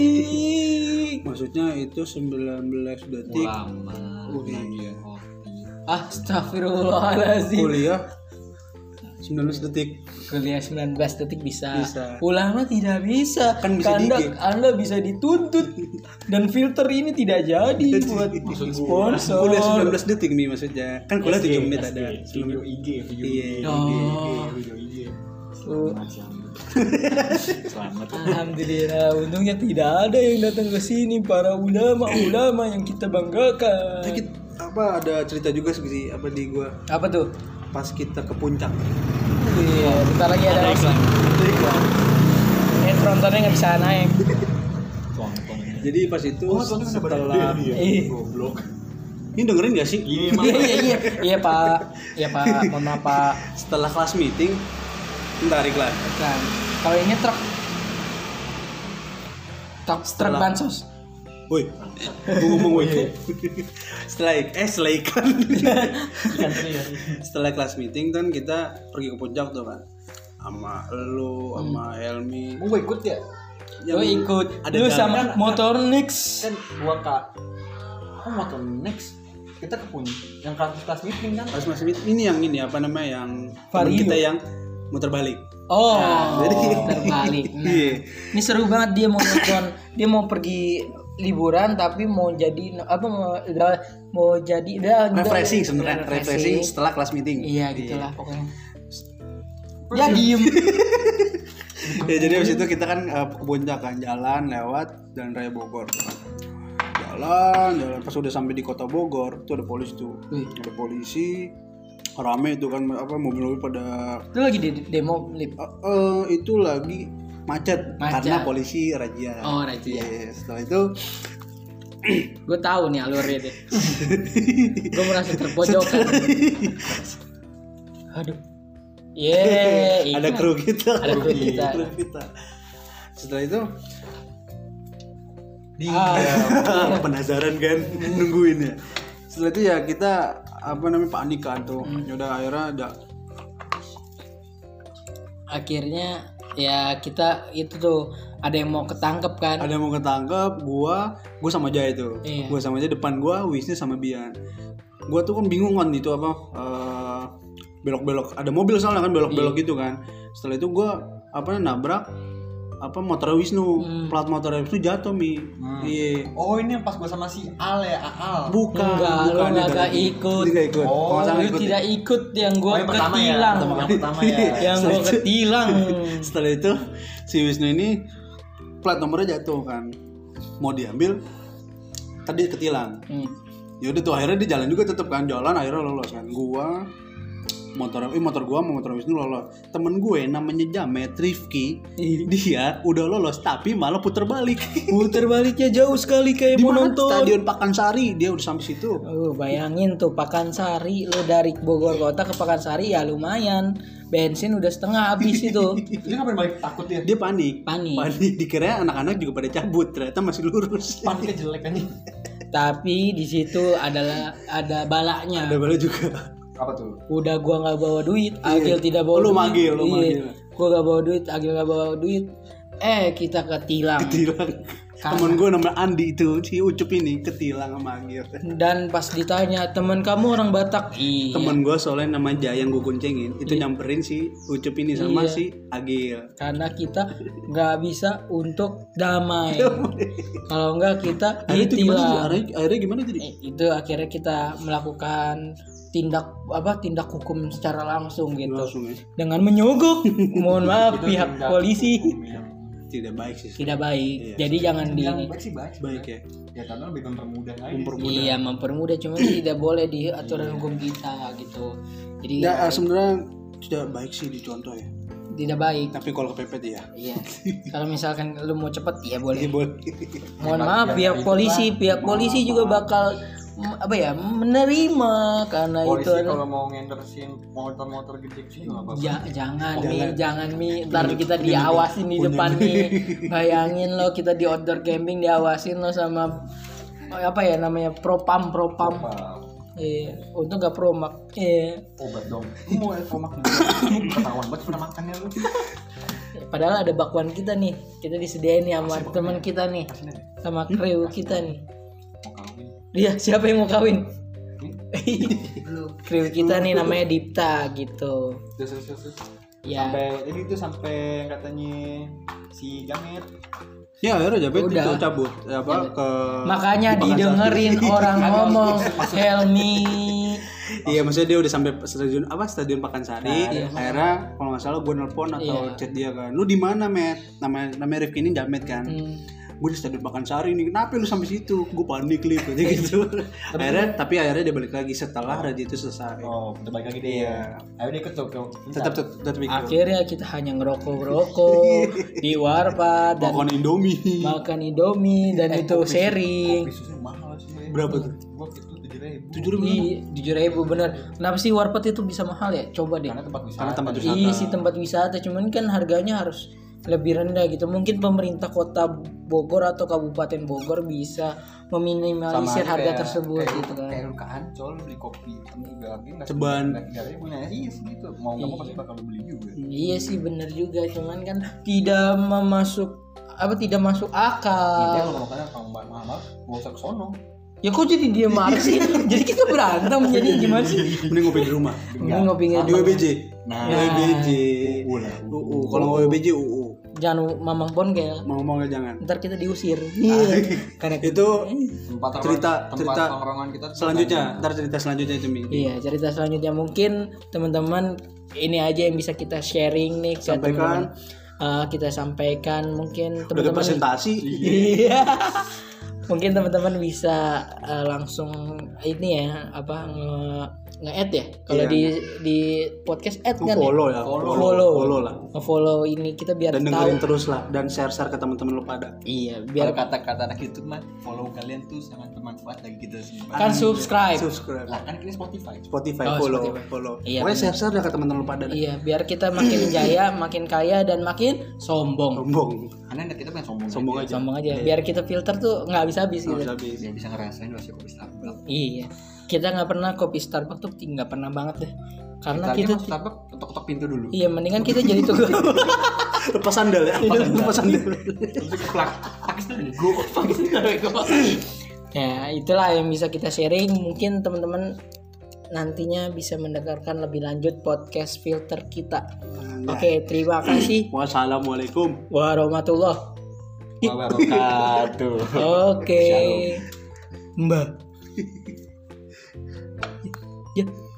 detik. Maksudnya itu sembilan belas detik Ulama. Oh, iya. Iya. Astagfirullahaladzim. kuliah sembilan belas detik. Kuliah sembilan belas detik bisa. Bisa. Ulama tidak bisa. Kan bisa Anda, di-G. Anda bisa dituntut. Dan filter ini tidak jadi buat sponsor. Kuliah sembilan belas detik nih maksudnya. Kan kuliah tujuh menit ada. Video I G, video Iya. I G. Oh. Video I G. Oh. Selamat selamat. Selamat. Alhamdulillah, untungnya tidak ada yang datang ke sini para ulama-ulama yang kita banggakan. Tapi kita- apa ada cerita juga sih apa di gua Apa tuh? pas kita ke puncak. Iya, bentar lagi ada iklan. Eh, trontonnya nggak bisa naik. Tonton. Jadi pas itu Oh, tonton udah pada setelah gede dia. Iya. Goblok. ini dengerin gak sih? Iya, Iya, iya, iya, iya Pak, iya Pak, mohon maaf Pak. Setelah kelas meeting, bentar iklan. Iklan. Kalau ini truk, truk, truk Setelah- bansos. Woi, gua ngomong woi. Setelah ik- eh setelah iklan. Ikan teri ya. Setelah kelas meeting kan kita pergi ke puncak tuh kan. Sama lu, sama Helmi. Gua ikut ya. Lo ikut, ada lu jalan. sama motor Nix. Kan gua kak. Oh, motor next. Kita ke pun yang kelas kelas meeting kan. Pas mas meeting ini yang ini apa namanya yang temen Vario. kita yang muter balik. Oh, jadi- terbalik. Nah, Iya. ini seru banget dia mau nonton, dia mau pergi liburan tapi mau jadi apa mau mau jadi dia Refreshing sebenarnya, refreshing setelah kelas meeting. Iya gitulah pokoknya. Ya diem. Ya jadi habis itu kita kan uh, ke puncak kan jalan lewat Jalan Raya Bogor. Jalan, jalan pas udah sampai di kota Bogor, tuh ada polisi tuh. Wih. Ada polisi rame itu kan apa mobil-mobil pada Itu lagi di demo lip. uh, uh, itu lagi macet, Macet. karena polisi razia. Oh, razia. Iya, setelah itu Gue tahu nih alurnya deh. Gue merasa terpojokan. Aduh. Yeay, Ada kru kita. Ada kru kita. Kru kita. Setelah itu Ah. penasaran kan nungguin ya. Setelah itu ya kita apa namanya panik kan tuh. Hmm. Yaudah akhirnya ada Akhirnya ya kita itu tuh ada yang mau ketangkep kan. ada yang mau ketangkep, gua gua sama Jaya tuh. Iya. Gua sama Jaya, depan gua Wisnu sama Bian. Gua tuh kan bingung kan itu apa eh, belok-belok, ada mobil soalnya kan belok-belok Iya. gitu kan. Setelah itu gua apa nabrak apa motor Wisnu, Hmm. plat motor Wisnu jatuh mi. Hmm. Iya. Oh ini yang pas gua sama si Al ya, Al. Bukan, Enggak, lu bukan dia nggak dari- ikut. Dia nggak ikut. Oh, Kalau nggak salah Lu ikut. tidak ikut yang Oh, gue yang pertama ya, ketilang. yang pertama ya. Yang gue Setelah itu- ketilang. Setelah itu si Wisnu ini plat nomornya jatuh kan, mau diambil, tadi ketilang. Hmm. Yaudah tuh akhirnya dia jalan juga tetap kan, jalan akhirnya lolos kan. Gua motor eh motor gua sama motor Wisnu lolos. Temen gue namanya Jamet Rifki, dia udah lolos tapi malah puter balik. Puter baliknya jauh sekali kayak Di mau mana? nonton. Stadion Pakansari, dia udah sampai situ. Oh, bayangin tuh Pakansari, lo dari Bogor kota ke Pakansari ya lumayan. Bensin udah setengah habis itu. Dia ngapain balik takut dia? Dia panik. Panik. Panik. Dikira anak-anak juga pada cabut, ternyata masih lurus. Paniknya jelek kan nih. Tapi di situ adalah ada balaknya. Ada bala juga. Apa tuh? Udah gua nggak bawa duit, Agil tidak bawa Lu duit. manggil, lu Iya. manggil. Gua nggak bawa duit, Agil nggak bawa duit. Eh kita ketilang. Ketilang. Karena- Temen gue namanya Andi itu, si Ucup ini ketilang sama Agil. Dan pas ditanya teman kamu orang Batak, iya. Temen gue soalnya namanya Jaya yang gue goncengin, itu nyamperin si Ucup ini sama Iya. si Agil. Karena kita nggak bisa untuk damai. Kalau nggak kita Akhirnya itu gimana? ditilang. Akhirnya, akhirnya gimana jadi? Eh, itu akhirnya kita melakukan tindak apa tindak hukum secara langsung gitu Langsung ya. dengan menyogok. Mohon maaf pihak polisi Tidak baik sih. tidak baik. Iya. Jadi jangan di Yang ini. baik sih baik. Baik ya. Ya karena lebih mempermudah aja. Mempermudah. Iya mempermudah cuma tidak boleh di aturan hukum kita gitu. Jadi Ya sebenarnya tidak baik sih dicontoh ya. tidak baik. Tapi kalau kepepet ya. Iya. Kalau misalkan lu mau cepet ya boleh. Iya boleh. Mohon maaf pihak polisi, pihak polisi juga bakal m- apa ya menerima karena itu Polisi adalah kalau mau ngendersin motor-motor gede sih nggak apa-apa. Ja- jangan Oh, mi, jangan. jangan mi, ntar Punya- kita punya diawasin mi. di Punya depan mi. nih. Bayangin lo kita di outdoor camping diawasin lo sama apa ya namanya propam propam. Apa? Iya, untung gak promak. Iya. Obat dong. Lu mau promak ketahuan banget pernah makannya lu. Padahal ada bakwan kita nih, kita disediain nih sama teman kita nih, Kasih aja. sama kru kita nih. Mau kawin. Iya, siapa yang mau kawin? Belum. Kru kita nih namanya Dipta gitu. Terus terus terus. terus. Ya. Sampai jadi itu sampai katanya si Jamet. Ya akhirnya Jabet Udah. itu cabut ya, apa ke Makanya di didengerin Pakansari. orang ngomong Helmi. Iya maksudnya dia udah sampai stadion apa stadion Pakansari. Iya. Akhirnya kalau nggak salah gue nelpon atau Iya. chat dia kan. Lu di mana Met? Namanya namanya Rifki ini Jamet kan. Hmm. Gue di stadion Pakansari nih. Kenapa lu sampai situ? Gue panik lip aja gitu. akhirnya tapi akhirnya dia balik lagi setelah raja itu selesai. Oh, udah balik lagi dia. Iya. Ayo dia ikut tuh. tuh. Tetap tetap tetap ikut. Akhirnya kita hanya ngerokok-ngerokok di warpat dan Makan Indomie. makan Indomie dan Eh, itu kopi susu- sharing. Kopi susu mahal sih. Berapa tuh? Gua itu tujuh ribu. Tujuh ribu. Ih, tujuh ribu bener. Kenapa sih warpat itu bisa mahal ya? Coba deh. Karena tempat wisata. Karena tempat wisata. Iya sih tempat wisata, cuman kan harganya harus lebih rendah gitu. Mungkin pemerintah kota Bogor atau Kabupaten Bogor bisa meminimalisir aja harga kayak- tersebut kayak, gitu kan. Kayak lu ke Ancol beli kopi hitam juga lagi nggak Ceban. nggak tiga ribu nah iya segitu mau nggak mau pasti bakal lu beli juga. Iya sih bener juga, cuman kan tidak memasuk apa tidak masuk Intinya akal. kalau makannya kalau mahal mau usah ke sono. Ya kok jadi dia marah sih? Jadi kita berantem jadi gimana sih? Mending ngopi di rumah. Ini ngopinya Di W B J. Nah, W B J. U lah. U U. Kalau nggak W B J U U. Jangan mamang bongkel. Mau ngomong jangan. Ntar kita diusir. Iya. Karena Itu Tempat cerita tempat cerita tongkrongan kita tuh selanjutnya. Ntar cerita selanjutnya itu Mi. iya cerita selanjutnya mungkin teman-teman ini aja yang bisa kita sharing nih ke Sampaikan. teman-teman. Eh, kita sampaikan mungkin Udah teman-teman. presentasi. Iya. Mungkin teman-teman bisa eh, langsung ini ya apa nge- nge-add ya. Kalau Iya, di di podcast add kan follow ya. ya, Follow. follow, follow lah. Nge-follow ini kita biar Dan tahu. dengerin terus lah dan share-share ke teman-teman lu pada. Iya, Kalau biar kata-kata anak YouTube mah follow kalian tuh sangat bermanfaat bagi kita semua. kan subscribe. Subscribe. Lah kan ini Spotify. Spotify, Oh, follow, Spotify. follow. Iya, Pokoknya bener. share-share dah ke teman-teman lu pada. Iya, biar kita makin jaya, makin kaya dan makin sombong. Sombong. Karena net kita pengen sombong. Sombong aja. Sombong aja. Iya. Biar kita filter tuh nggak habis-habis Nggak gitu. usah habis. Biar bisa ngerasain rasanya kopi Starbucks. Iya. Kita nggak pernah kopi Starbucks tuh nggak pernah banget deh. Karena Kita, kita, masuk Starbucks ketok-ketok pintu dulu. iya mendingan kita jadi tukang. Lepas sandal ya. Lepas sandal. Terus keplak. Pakai dulu. Ya itulah yang bisa kita sharing. Mungkin teman-teman nantinya bisa mendengarkan lebih lanjut podcast filter kita. Oke, terima kasih. Wassalamualaikum Warahmatullah. Wabarakatuh. Oke. Mbak. Ya.